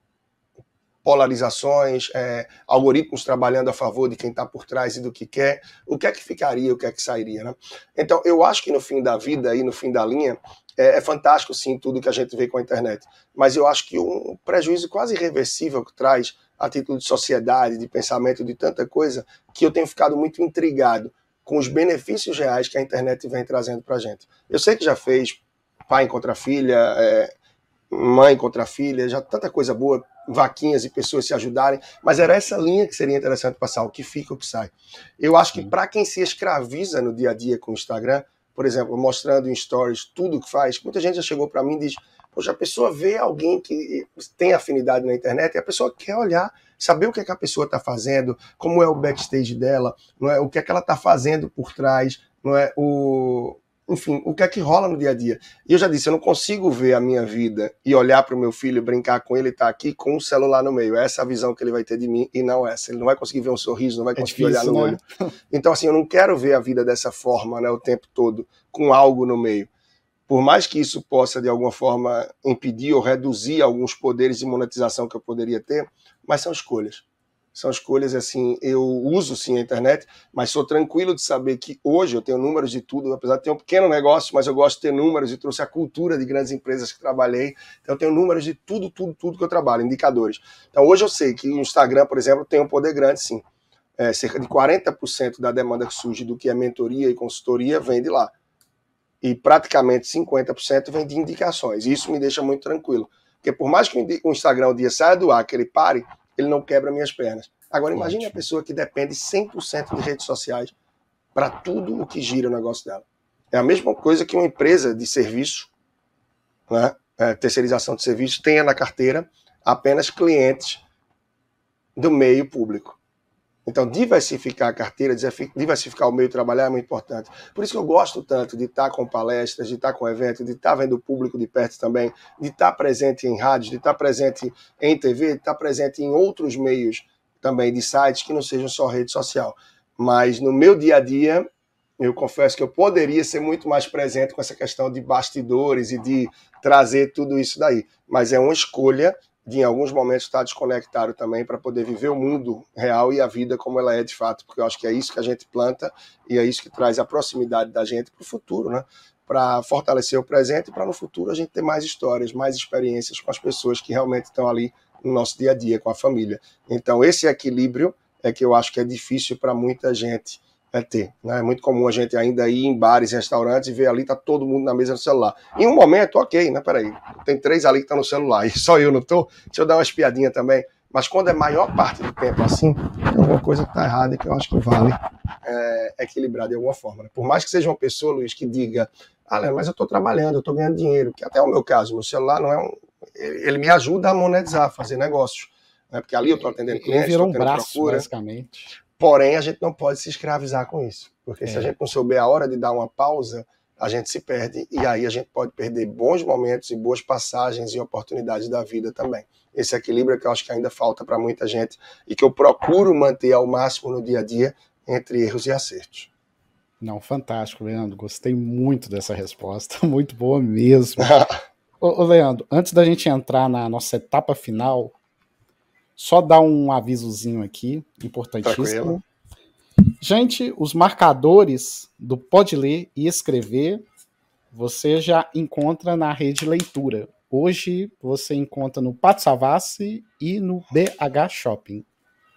C: polarizações, é, algoritmos trabalhando a favor de quem está por trás e do que quer, o que é que ficaria, o que é que sairia, né? Então, eu acho que no fim da vida e no fim da linha, é, é fantástico, sim, tudo que a gente vê com a internet, mas eu acho que um prejuízo quase irreversível que traz a título de sociedade, de pensamento, de tanta coisa, que eu tenho ficado muito intrigado com os benefícios reais que a internet vem trazendo para a gente. Eu sei que já fez pai contra filha, é, mãe contra filha, já tanta coisa boa, vaquinhas e pessoas se ajudarem, mas era essa linha que seria interessante passar, o que fica, o que sai. Eu acho que para quem se escraviza no dia a dia com o Instagram, por exemplo, mostrando em stories tudo que faz, muita gente já chegou para mim e diz, poxa, a pessoa vê alguém que tem afinidade na internet e a pessoa quer olhar, saber o que é que a pessoa está fazendo, como é o backstage dela, não é, o que é que ela está fazendo por trás, não é, o, enfim, o que é que rola no dia a dia. E eu já disse, eu não consigo ver a minha vida e olhar para o meu filho, brincar com ele e estar tá aqui com um celular no meio. Essa é a visão que ele vai ter de mim e não essa. Ele não vai conseguir ver um sorriso, não vai conseguir é difícil, olhar no né? olho. Então, assim, eu não quero ver a vida dessa forma, né, o tempo todo, com algo no meio. Por mais que isso possa, de alguma forma, impedir ou reduzir alguns poderes de monetização que eu poderia ter, mas são escolhas. São escolhas, assim, eu uso sim a internet, mas sou tranquilo de saber que hoje eu tenho números de tudo, apesar de ter um pequeno negócio, mas eu gosto de ter números e trouxe a cultura de grandes empresas que trabalhei, então eu tenho números de tudo, tudo, tudo que eu trabalho, indicadores. Então hoje eu sei que o Instagram, por exemplo, tem um poder grande, sim. É, cerca de quarenta por cento da demanda que surge do que é mentoria e consultoria vem de lá. E praticamente cinquenta por cento vem de indicações. E isso me deixa muito tranquilo. Porque por mais que o Instagram um dia saia do ar, que ele pare, ele não quebra minhas pernas. Agora imagine a pessoa que depende cem por cento de redes sociais para tudo o que gira o negócio dela. É a mesma coisa que uma empresa de serviço, né, é, terceirização de serviço, tenha na carteira apenas clientes do meio público. Então, diversificar a carteira, diversificar o meio de trabalhar é muito importante. Por isso que eu gosto tanto de estar com palestras, de estar com eventos, de estar vendo o público de perto também, de estar presente em rádios, de estar presente em T V, de estar presente em outros meios também de sites que não sejam só rede social. Mas no meu dia a dia, eu confesso que eu poderia ser muito mais presente com essa questão de bastidores e de trazer tudo isso daí. Mas é uma escolha de em alguns momentos estar desconectado também para poder viver o mundo real e a vida como ela é de fato, porque eu acho que é isso que a gente planta e é isso que traz a proximidade da gente para o futuro, né? Para fortalecer o presente e para no futuro a gente ter mais histórias, mais experiências com as pessoas que realmente estão ali no nosso dia a dia, com a família. Então esse equilíbrio é que eu acho que é difícil para muita gente é ter, né? É muito comum a gente ainda ir em bares e restaurantes e ver ali, tá todo mundo na mesa no celular. Em um momento, ok, né? Peraí, tem três ali que estão no celular e só eu não tô, deixa eu dar uma espiadinha também. Mas quando é a maior parte do tempo assim, tem alguma coisa que tá errada e que eu acho que vale é, equilibrar de alguma forma, né? Por mais que seja uma pessoa, Luiz, que diga, ah, Léo, mas eu tô trabalhando, eu tô ganhando dinheiro, que até é o meu caso, meu celular não é um... ele me ajuda a monetizar, a fazer negócios, né? Porque ali eu tô atendendo clientes,
B: ele virou
C: um
B: braço,
C: procura,
B: basicamente.
C: Porém, a gente não pode se escravizar com isso. Porque é. se a gente não souber a hora de dar uma pausa, a gente se perde. E aí a gente pode perder bons momentos e boas passagens e oportunidades da vida também. Esse equilíbrio é que eu acho que ainda falta para muita gente e que eu procuro manter ao máximo no dia a dia entre erros e acertos.
B: Não, fantástico, Leandro. Gostei muito dessa resposta. Muito boa mesmo. ô, ô, Leandro, antes da gente entrar na nossa etapa final, só dar um avisozinho aqui, importantíssimo. Tranquilo. Gente, os marcadores do Pode Ler e Escrever, você já encontra na Rede Leitura. Hoje você encontra no Pátio Savassi e no B H Shopping.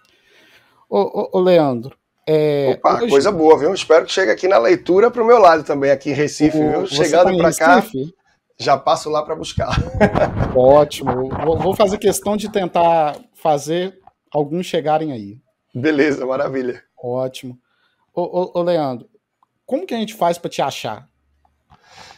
B: Ô, ô, ô Leandro. É,
C: Opa,
B: hoje...
C: coisa boa, viu? Espero que chegue aqui na leitura pro meu lado também, aqui em Recife, o, viu? Chegando para cá, já passo lá para buscar.
B: Ótimo. Vou, vou fazer questão de tentar fazer alguns chegarem aí.
C: Beleza, maravilha.
B: Ótimo. Ô, ô, ô Leandro, como que a gente faz para te achar?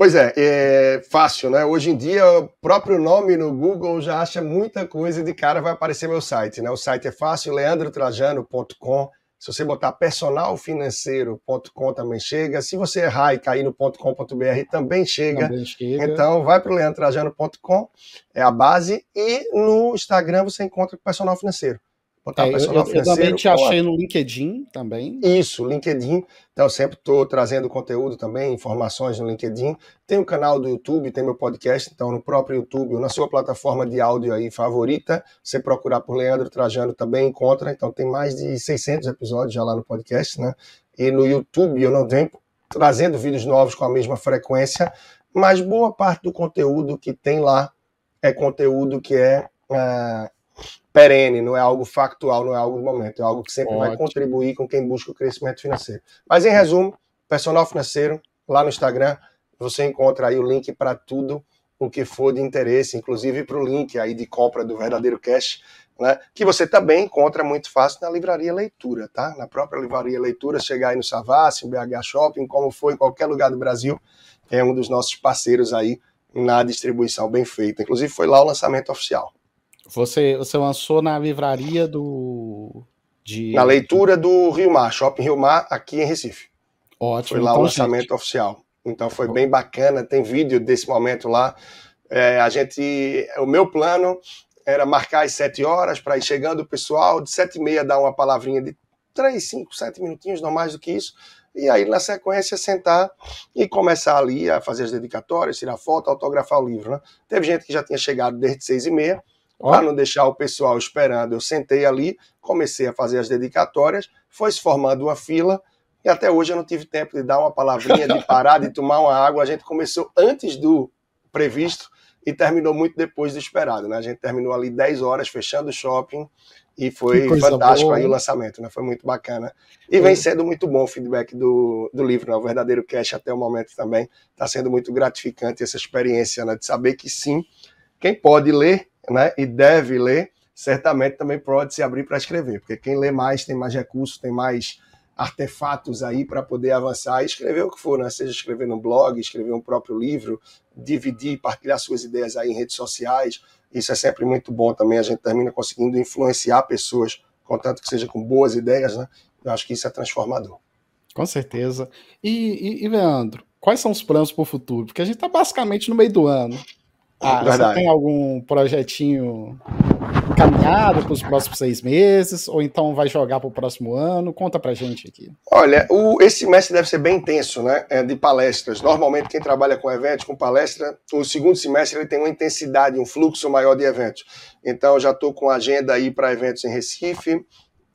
C: Pois é, é fácil, né? Hoje em dia, o próprio nome no Google já acha muita coisa e de cara vai aparecer meu site, né? O site é fácil, leandro trajano ponto com. Se você botar personal financeiro ponto com também chega. Se você errar e cair no .com.br também chega.
B: Também chega.
C: Então vai para o leandro trajano ponto com, é a base. E no Instagram você encontra o personal financeiro.
B: É, eu, eu, eu também te achei no LinkedIn também.
C: Isso, LinkedIn. Então, eu sempre estou trazendo conteúdo também, informações no LinkedIn. Tem o canal do YouTube, tem meu podcast. Então, no próprio YouTube, ou na sua plataforma de áudio aí favorita, você procurar por Leandro Trajano também encontra. Então, tem mais de seiscentos episódios já lá no podcast, né? E no YouTube eu não venho trazendo vídeos novos com a mesma frequência, mas boa parte do conteúdo que tem lá é conteúdo que é... Uh, perene, não é algo factual, não é algo do momento, é algo que sempre Ótimo. Vai contribuir com quem busca o crescimento financeiro. Mas em resumo, personal financeiro, lá no Instagram, você encontra aí o link para tudo o que for de interesse, inclusive para o link aí de compra do Verdadeiro Cash, né, que você também encontra muito fácil na Livraria Leitura, tá? Na própria Livraria Leitura, chegar aí no Savassi, no B H Shopping, como for em qualquer lugar do Brasil, é um dos nossos parceiros aí na distribuição bem feita. Inclusive foi lá o lançamento oficial.
B: Você, você lançou na livraria do... De...
C: Na Leitura do Rio Mar, Shopping Rio Mar, aqui em Recife.
B: Ótimo.
C: Foi lá então, o lançamento gente... oficial. Então foi bem bacana, tem vídeo desse momento lá. É, a gente, o meu plano era marcar às sete horas para ir chegando o pessoal, de sete e meia dar uma palavrinha de três, cinco, sete minutinhos, não mais do que isso. E aí, na sequência, sentar e começar ali a fazer as dedicatórias, tirar foto, autografar o livro. Né? Teve gente que já tinha chegado desde seis e meia, para não deixar o pessoal esperando, eu sentei ali, comecei a fazer as dedicatórias, foi se formando uma fila, e até hoje eu não tive tempo de dar uma palavrinha, de parar, de tomar uma água. A gente começou antes do previsto e terminou muito depois do esperado. Né? A gente terminou ali dez horas, fechando o shopping, e foi fantástico boa, aí o lançamento, né? Foi muito bacana. E vem sendo muito bom o feedback do, do livro, né? O Verdadeiro Cash até o momento também está sendo muito gratificante essa experiência, né? De saber que sim, quem pode ler, né, e deve ler, certamente também pode se abrir para escrever, porque quem lê mais tem mais recursos, tem mais artefatos aí para poder avançar e escrever o que for, né? Seja escrever num blog, escrever um próprio livro, dividir, partilhar suas ideias aí em redes sociais. Isso é sempre muito bom também, a gente termina conseguindo influenciar pessoas, contanto que seja com boas ideias, né? Eu acho que isso é transformador.
B: Com certeza. E, e, e Leandro, quais são os planos para o futuro? Porque a gente está basicamente no meio do ano. Ah, você tem algum projetinho encaminhado para os próximos seis meses? Ou então vai jogar para o próximo ano? Conta pra gente aqui.
C: Olha, o, esse semestre deve ser bem intenso, né? É, de palestras. Normalmente quem trabalha com eventos, com palestra, o segundo semestre ele tem uma intensidade, um fluxo maior de eventos. Então eu já estou com agenda aí para eventos em Recife,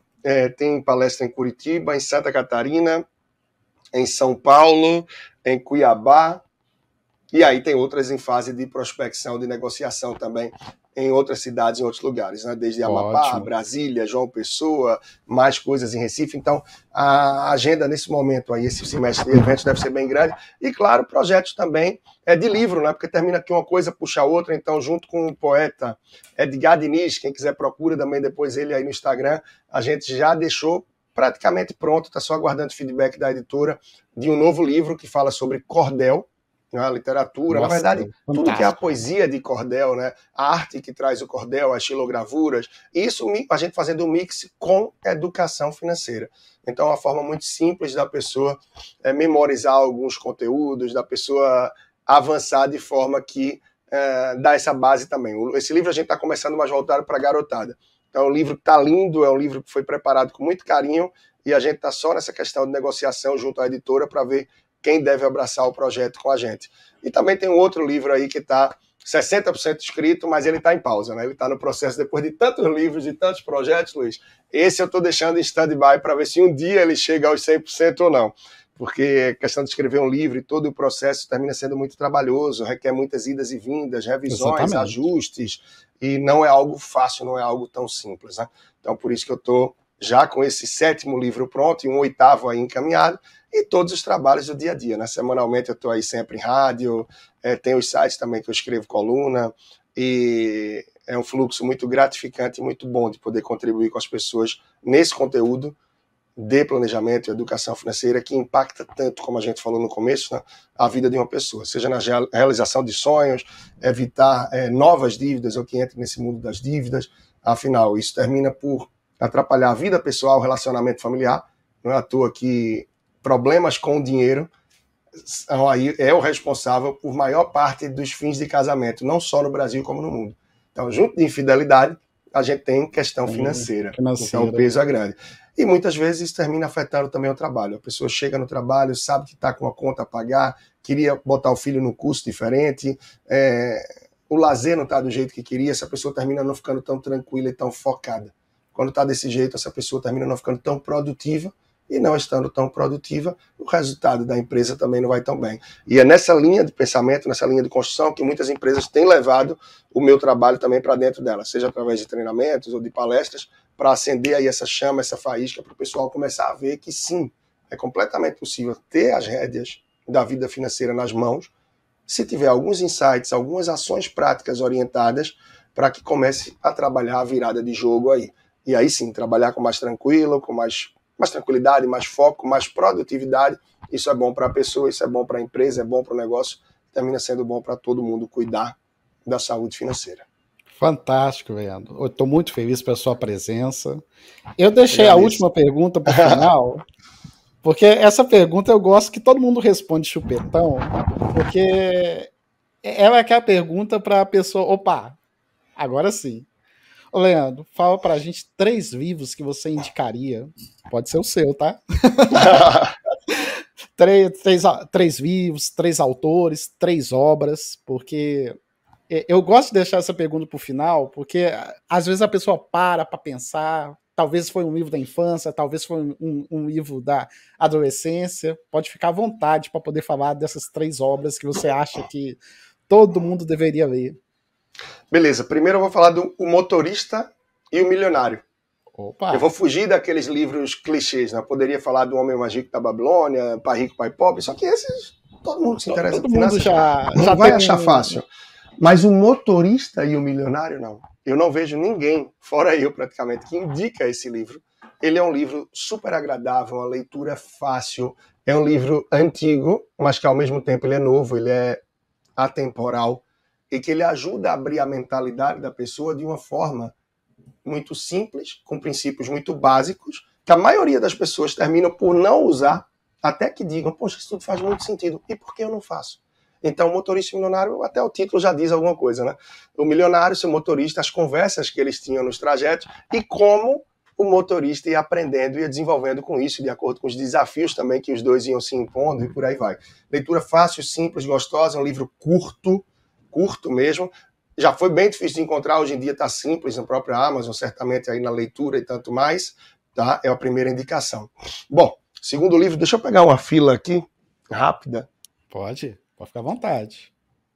C: é, tem palestra em Curitiba, em Santa Catarina, em São Paulo, em Cuiabá. E aí tem outras em fase de prospecção, de negociação também, em outras cidades, em outros lugares, né? Desde Amapá, Ótimo. Brasília, João Pessoa, mais coisas em Recife. Então, a agenda nesse momento aí, esse semestre de eventos deve ser bem grande. E, claro, projetos também é de livro, né? Porque termina aqui uma coisa, puxa a outra. Então, junto com o poeta Edgar Diniz, quem quiser procura também depois ele aí no Instagram, a gente já deixou praticamente pronto, está só aguardando feedback da editora, de um novo livro que fala sobre cordel, a literatura, Nossa, na verdade, fantástico. Tudo que é a poesia de cordel, né? A arte que traz o cordel, as xilogravuras, isso a gente fazendo um mix com educação financeira. Então, é uma forma muito simples da pessoa é, memorizar alguns conteúdos, da pessoa avançar de forma que é, dá essa base também. Esse livro a gente está começando mais voltado para a garotada. Então, é um livro que está lindo, é um livro que foi preparado com muito carinho e a gente está só nessa questão de negociação junto à editora para ver quem deve abraçar o projeto com a gente. E também tem um outro livro aí que está sessenta por cento escrito, mas ele está em pausa, né? Ele está no processo, depois de tantos livros, de tantos projetos, Luiz. Esse eu estou deixando em stand-by para ver se um dia ele chega aos cem por cento ou não. Porque a questão de escrever um livro e todo o processo termina sendo muito trabalhoso, requer muitas idas e vindas, revisões, Exatamente. Ajustes, e não é algo fácil, não é algo tão simples, né? Então, por isso que eu estou já com esse sétimo livro pronto e um oitavo aí encaminhado, e todos os trabalhos do dia a dia, né? Semanalmente eu estou aí sempre em rádio, é, tem os sites também que eu escrevo coluna, e é um fluxo muito gratificante e muito bom de poder contribuir com as pessoas nesse conteúdo, de planejamento e educação financeira que impacta tanto, como a gente falou no começo, né, a vida de uma pessoa, seja na realização de sonhos, evitar é, novas dívidas ou que entre nesse mundo das dívidas. Afinal, isso termina por atrapalhar a vida pessoal, o relacionamento familiar. Não é à toa que problemas com o dinheiro são aí, é o responsável por maior parte dos fins de casamento, não só no Brasil como no mundo. Então, junto de infidelidade, a gente tem questão financeira, financeira. Então o peso é grande. E muitas vezes isso termina afetando também o trabalho. A pessoa chega no trabalho, sabe que está com uma conta a pagar, queria botar o filho num curso diferente, é, o lazer não está do jeito que queria, essa pessoa termina não ficando tão tranquila e tão focada. Quando está desse jeito, essa pessoa termina não ficando tão produtiva, e não estando tão produtiva, o resultado da empresa também não vai tão bem. E é nessa linha de pensamento, nessa linha de construção, que muitas empresas têm levado o meu trabalho também para dentro dela, seja através de treinamentos ou de palestras, para acender aí essa chama, essa faísca, para o pessoal começar a ver que sim, é completamente possível ter as rédeas da vida financeira nas mãos, se tiver alguns insights, algumas ações práticas orientadas, para que comece a trabalhar a virada de jogo aí. E aí sim, trabalhar com mais tranquilo, com mais mais tranquilidade, mais foco, mais produtividade. Isso é bom para a pessoa, isso é bom para a empresa, é bom para o negócio, termina sendo bom para todo mundo cuidar da saúde financeira.
B: Fantástico, Leandro. Eu estou muito feliz pela sua presença. Eu deixei a última pergunta para o final, porque essa pergunta eu gosto que todo mundo responde chupetão, porque ela é aquela pergunta para a pessoa, opa, agora sim. Ô, Leandro, fala pra gente três livros que você indicaria. Pode ser o seu, tá? três, três, três livros, três autores, três obras, porque eu gosto de deixar essa pergunta pro final, porque às vezes a pessoa para para pensar, talvez foi um livro da infância, talvez foi um, um livro da adolescência, pode ficar à vontade para poder falar dessas três obras que você acha que todo mundo deveria ler.
C: Beleza, primeiro eu vou falar do O Motorista e o Milionário.
B: Opa.
C: Eu vou fugir daqueles livros clichês, né? Eu poderia falar do Homem Mais Rico da Babilônia, Pai Rico, Pai Pobre, só que esses, todo mundo se interessa
B: todo mundo já,
C: não
B: já
C: vai
B: tem...
C: achar fácil. Mas O Motorista e o Milionário, não. Eu não vejo ninguém, fora eu praticamente, que indica esse livro. Ele é um livro super agradável, uma leitura fácil, é um livro antigo, mas que ao mesmo tempo ele é novo, ele é atemporal, e que ele ajuda a abrir a mentalidade da pessoa de uma forma muito simples, com princípios muito básicos, que a maioria das pessoas terminam por não usar, até que digam, poxa, isso tudo faz muito sentido, e por que eu não faço? Então, o Motorista e o Milionário, até o título já diz alguma coisa, né? O milionário, seu motorista, as conversas que eles tinham nos trajetos, e como o motorista ia aprendendo e ia desenvolvendo com isso, de acordo com os desafios também que os dois iam se impondo, e por aí vai. Leitura fácil, simples, gostosa, um livro curto, curto mesmo, já foi bem difícil de encontrar, hoje em dia está simples na própria Amazon, certamente aí na leitura e tanto mais, tá? É a primeira indicação. Bom, segundo livro, deixa eu pegar uma fila aqui, rápida.
B: Pode, pode ficar à vontade.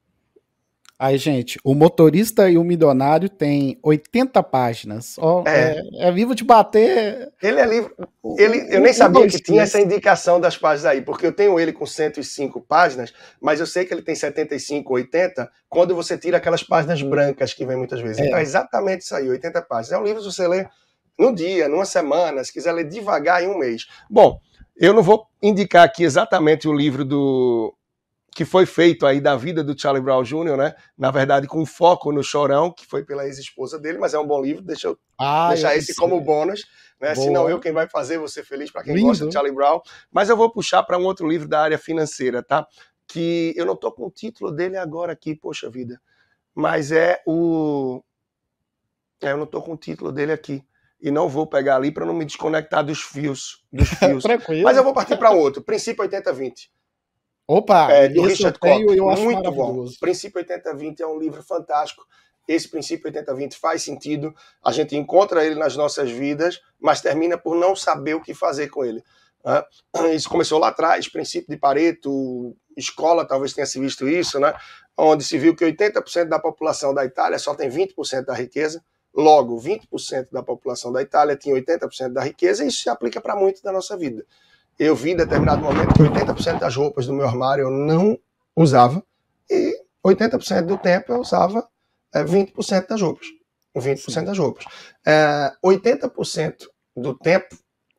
B: Aí, gente, O Motorista e o Milionário tem oitenta páginas. Oh, é. É, é livro de bater...
C: Ele é livro... Ele, eu nem sabia que tinha essa indicação das páginas aí, porque eu tenho ele com cento e cinco páginas, mas eu sei que ele tem setenta e cinco, oitenta, quando você tira aquelas páginas brancas que vem muitas vezes. É. Então é exatamente isso aí, oitenta páginas. É um livro que você lê num dia, numa semana, se quiser ler devagar em um mês. Bom, eu não vou indicar aqui exatamente o livro do... que foi feito aí da vida do Charlie Brown Júnior, né? Na verdade, com foco no Chorão, que foi pela ex-esposa dele, mas é um bom livro, deixa eu ah, deixar esse como bônus, né? Se não eu, quem vai fazer, você feliz, para quem Lindo. Gosta de Charlie Brown. Mas eu vou puxar para um outro livro da área financeira, tá? Que eu não tô com o título dele agora aqui, poxa vida. Mas é o... É, eu não tô com o título dele aqui. E não vou pegar ali para não me desconectar dos fios. Dos fios.
B: Tranquilo.
C: Mas eu vou partir para outro, Princípio oitenta vinte.
B: Opa,
C: é, do Richard Koch,
B: eu acho
C: muito bom. Princípio oitenta vinte é um livro fantástico. Esse Princípio oitenta vinte faz sentido, a gente encontra ele nas nossas vidas, mas termina por não saber o que fazer com ele. Isso começou lá atrás, princípio de Pareto, escola talvez tenha se visto isso, né? Onde se viu que oitenta por cento da população da Itália só tem vinte por cento da riqueza, logo vinte por cento da população da Itália tinha oitenta por cento da riqueza, e isso se aplica para muito da nossa vida. Eu vi em determinado momento que oitenta por cento das roupas do meu armário eu não usava e oitenta por cento do tempo eu usava é, vinte por cento das roupas. vinte por cento das roupas. É, oitenta por cento do tempo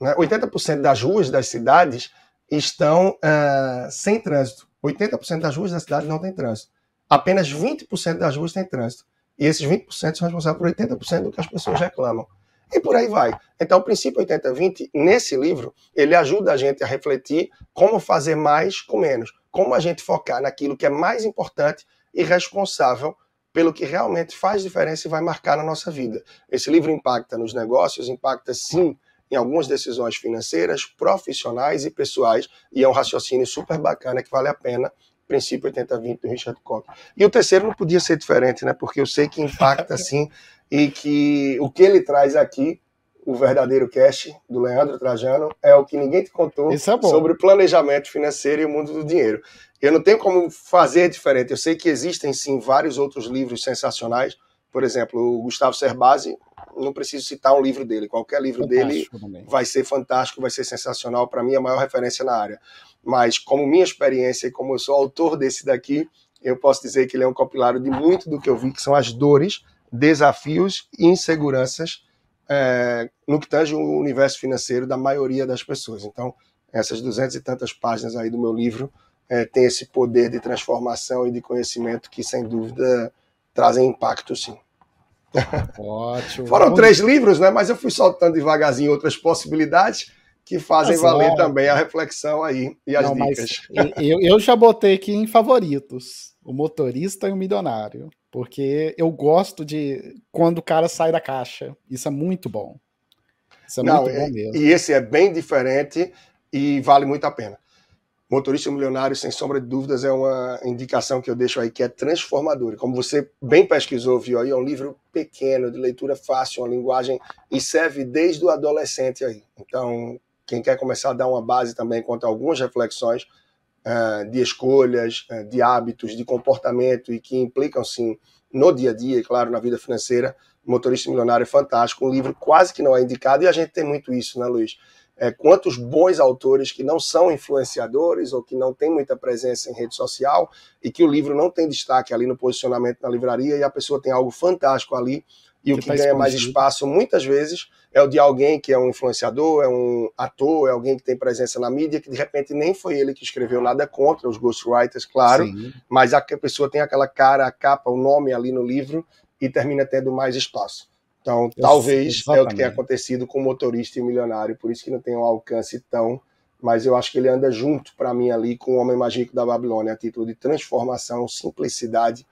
C: né? oitenta por cento das ruas das cidades estão uh, sem trânsito. oitenta por cento das ruas da cidade não tem trânsito. Apenas vinte por cento das ruas tem trânsito. E esses vinte por cento são responsáveis por oitenta por cento do que as pessoas reclamam. E por aí vai. Então, o princípio oitenta vinte, nesse livro, ele ajuda a gente a refletir como fazer mais com menos. Como a gente focar naquilo que é mais importante e responsável pelo que realmente faz diferença e vai marcar na nossa vida. Esse livro impacta nos negócios, impacta sim em algumas decisões financeiras, profissionais e pessoais, e é um raciocínio super bacana que vale a pena. Princípio oitenta vinte do Richard Koch. E o terceiro não podia ser diferente, né? Porque eu sei que impacta sim, e que o que ele traz aqui, o verdadeiro cash do Leandro Trajano, é o que ninguém te contou
B: é
C: sobre o planejamento financeiro e o mundo do dinheiro. Eu não tenho como fazer diferente. Eu sei que existem sim vários outros livros sensacionais. Por exemplo, o Gustavo Cerbasi, não preciso citar um livro dele. Qualquer livro fantástico dele também. Vai ser fantástico, vai ser sensacional. Para mim, a maior referência na área. Mas como minha experiência e como eu sou autor desse daqui, eu posso dizer que ele é um compilado de muito do que eu vi, que são as dores, desafios e inseguranças é, no que tange o universo financeiro da maioria das pessoas. Então, essas duzentas e tantas páginas aí do meu livro é, têm esse poder de transformação e de conhecimento que, sem dúvida, trazem impacto, sim.
B: Ótimo.
C: Foram três livros, né? Mas eu fui soltando devagarzinho outras possibilidades que fazem Nossa, valer é. também a reflexão aí e as Não, dicas.
B: Eu, eu já botei aqui em favoritos, o Motorista e o Milionário, porque eu gosto de quando o cara sai da caixa. Isso é muito bom. Isso é
C: Não,
B: muito bom mesmo.
C: E esse é bem diferente e vale muito a pena. Motorista e Milionário, sem sombra de dúvidas, é uma indicação que eu deixo aí que é transformadora. Como você bem pesquisou, viu aí, é um livro pequeno, de leitura fácil, uma linguagem, e serve desde o adolescente aí. Então, quem quer começar a dar uma base também quanto a algumas reflexões uh, de escolhas, uh, de hábitos, de comportamento e que implicam, sim, no dia a dia e, claro, na vida financeira, Motorista e Milionário é fantástico, um livro quase que não é indicado, e a gente tem muito isso, né, Luiz? É, quantos bons autores que não são influenciadores ou que não têm muita presença em rede social e que o livro não tem destaque ali no posicionamento na livraria e a pessoa tem algo fantástico ali e que o que tá ganha mais espaço muitas vezes é o de alguém que é um influenciador, é um ator, é alguém que tem presença na mídia, que de repente nem foi ele que escreveu nada contra os ghostwriters, claro, Sim. mas a pessoa tem aquela cara, a capa, o nome ali no livro e termina tendo mais espaço. Então, eu talvez exatamente. É o que tem acontecido com o Motorista e o Milionário, por isso que não tem um alcance tão, mas eu acho que ele anda junto, para mim, ali com o Homem Mágico da Babilônia, a título de transformação, simplicidade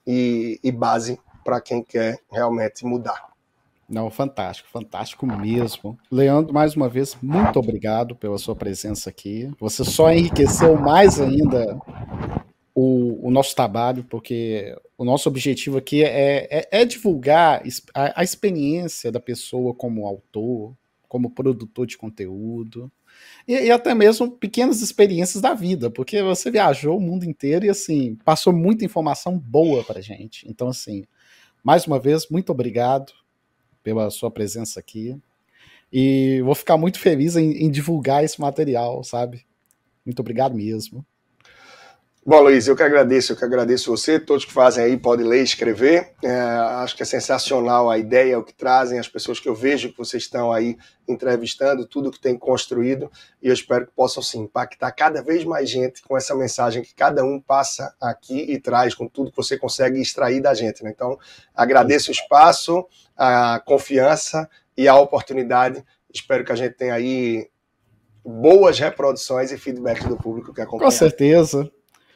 C: e, e base para quem quer realmente mudar.
B: Não, fantástico, fantástico mesmo. Leandro, mais uma vez, muito obrigado pela sua presença aqui. Você só enriqueceu mais ainda O, o nosso trabalho, porque o nosso objetivo aqui é, é, é divulgar a, a experiência da pessoa como autor, como produtor de conteúdo, e, e até mesmo pequenas experiências da vida, porque você viajou o mundo inteiro e, assim, passou muita informação boa pra gente. Então, assim, mais uma vez, muito obrigado pela sua presença aqui, e vou ficar muito feliz em, em divulgar esse material, sabe? Muito obrigado mesmo.
C: Bom, Luiz, eu que agradeço, eu que agradeço você, todos que fazem aí podem ler e escrever, é, acho que é sensacional a ideia, o que trazem, as pessoas que eu vejo que vocês estão aí entrevistando, tudo que tem construído, e eu espero que possam sim impactar cada vez mais gente com essa mensagem que cada um passa aqui e traz, com tudo que você consegue extrair da gente, né? Então, agradeço o espaço, a confiança e a oportunidade, espero que a gente tenha aí boas reproduções e feedback do público que acompanha.
B: Com certeza.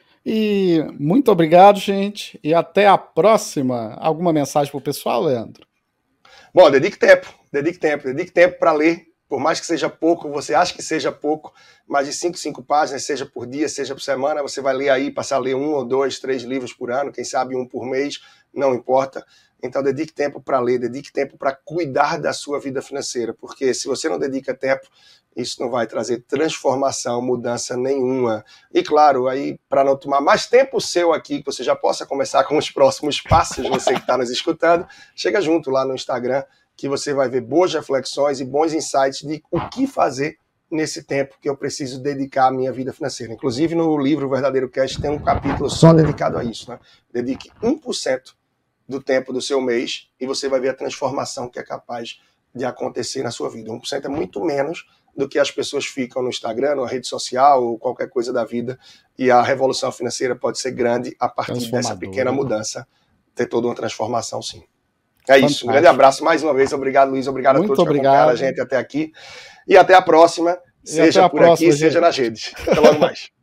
B: E muito obrigado, gente, e até a próxima. Alguma mensagem para o pessoal, Leandro?
C: Bom, dedique tempo, dedique tempo, dedique tempo para ler, por mais que seja pouco, você acha que seja pouco, mais de cinco, cinco páginas, seja por dia, seja por semana, você vai ler aí, passar a ler um ou dois, três livros por ano, quem sabe um por mês, não importa. Então dedique tempo para ler, dedique tempo para cuidar da sua vida financeira, porque se você não dedica tempo, isso não vai trazer transformação, mudança nenhuma. E claro, aí para não tomar mais tempo seu aqui, que você já possa começar com os próximos passos, você que está nos escutando, chega junto lá no Instagram, que você vai ver boas reflexões e bons insights de o que fazer nesse tempo que eu preciso dedicar à minha vida financeira. Inclusive no livro O Verdadeiro Cash tem um capítulo só dedicado a isso, né? Dedique um por cento do tempo do seu mês e você vai ver a transformação que é capaz de acontecer na sua vida. um por cento é muito menos do que as pessoas ficam no Instagram, na rede social ou qualquer coisa da vida. E a revolução financeira pode ser grande a partir dessa pequena mudança, ter toda uma transformação, sim. É Fantástico. Isso. Um grande abraço mais uma vez. Obrigado, Luiz. Obrigado
B: Muito
C: a todos
B: obrigado.
C: que acompanharam a gente até aqui. E até a próxima, seja
B: a
C: por
B: próxima,
C: aqui,
B: gente.
C: seja nas redes. Até logo mais.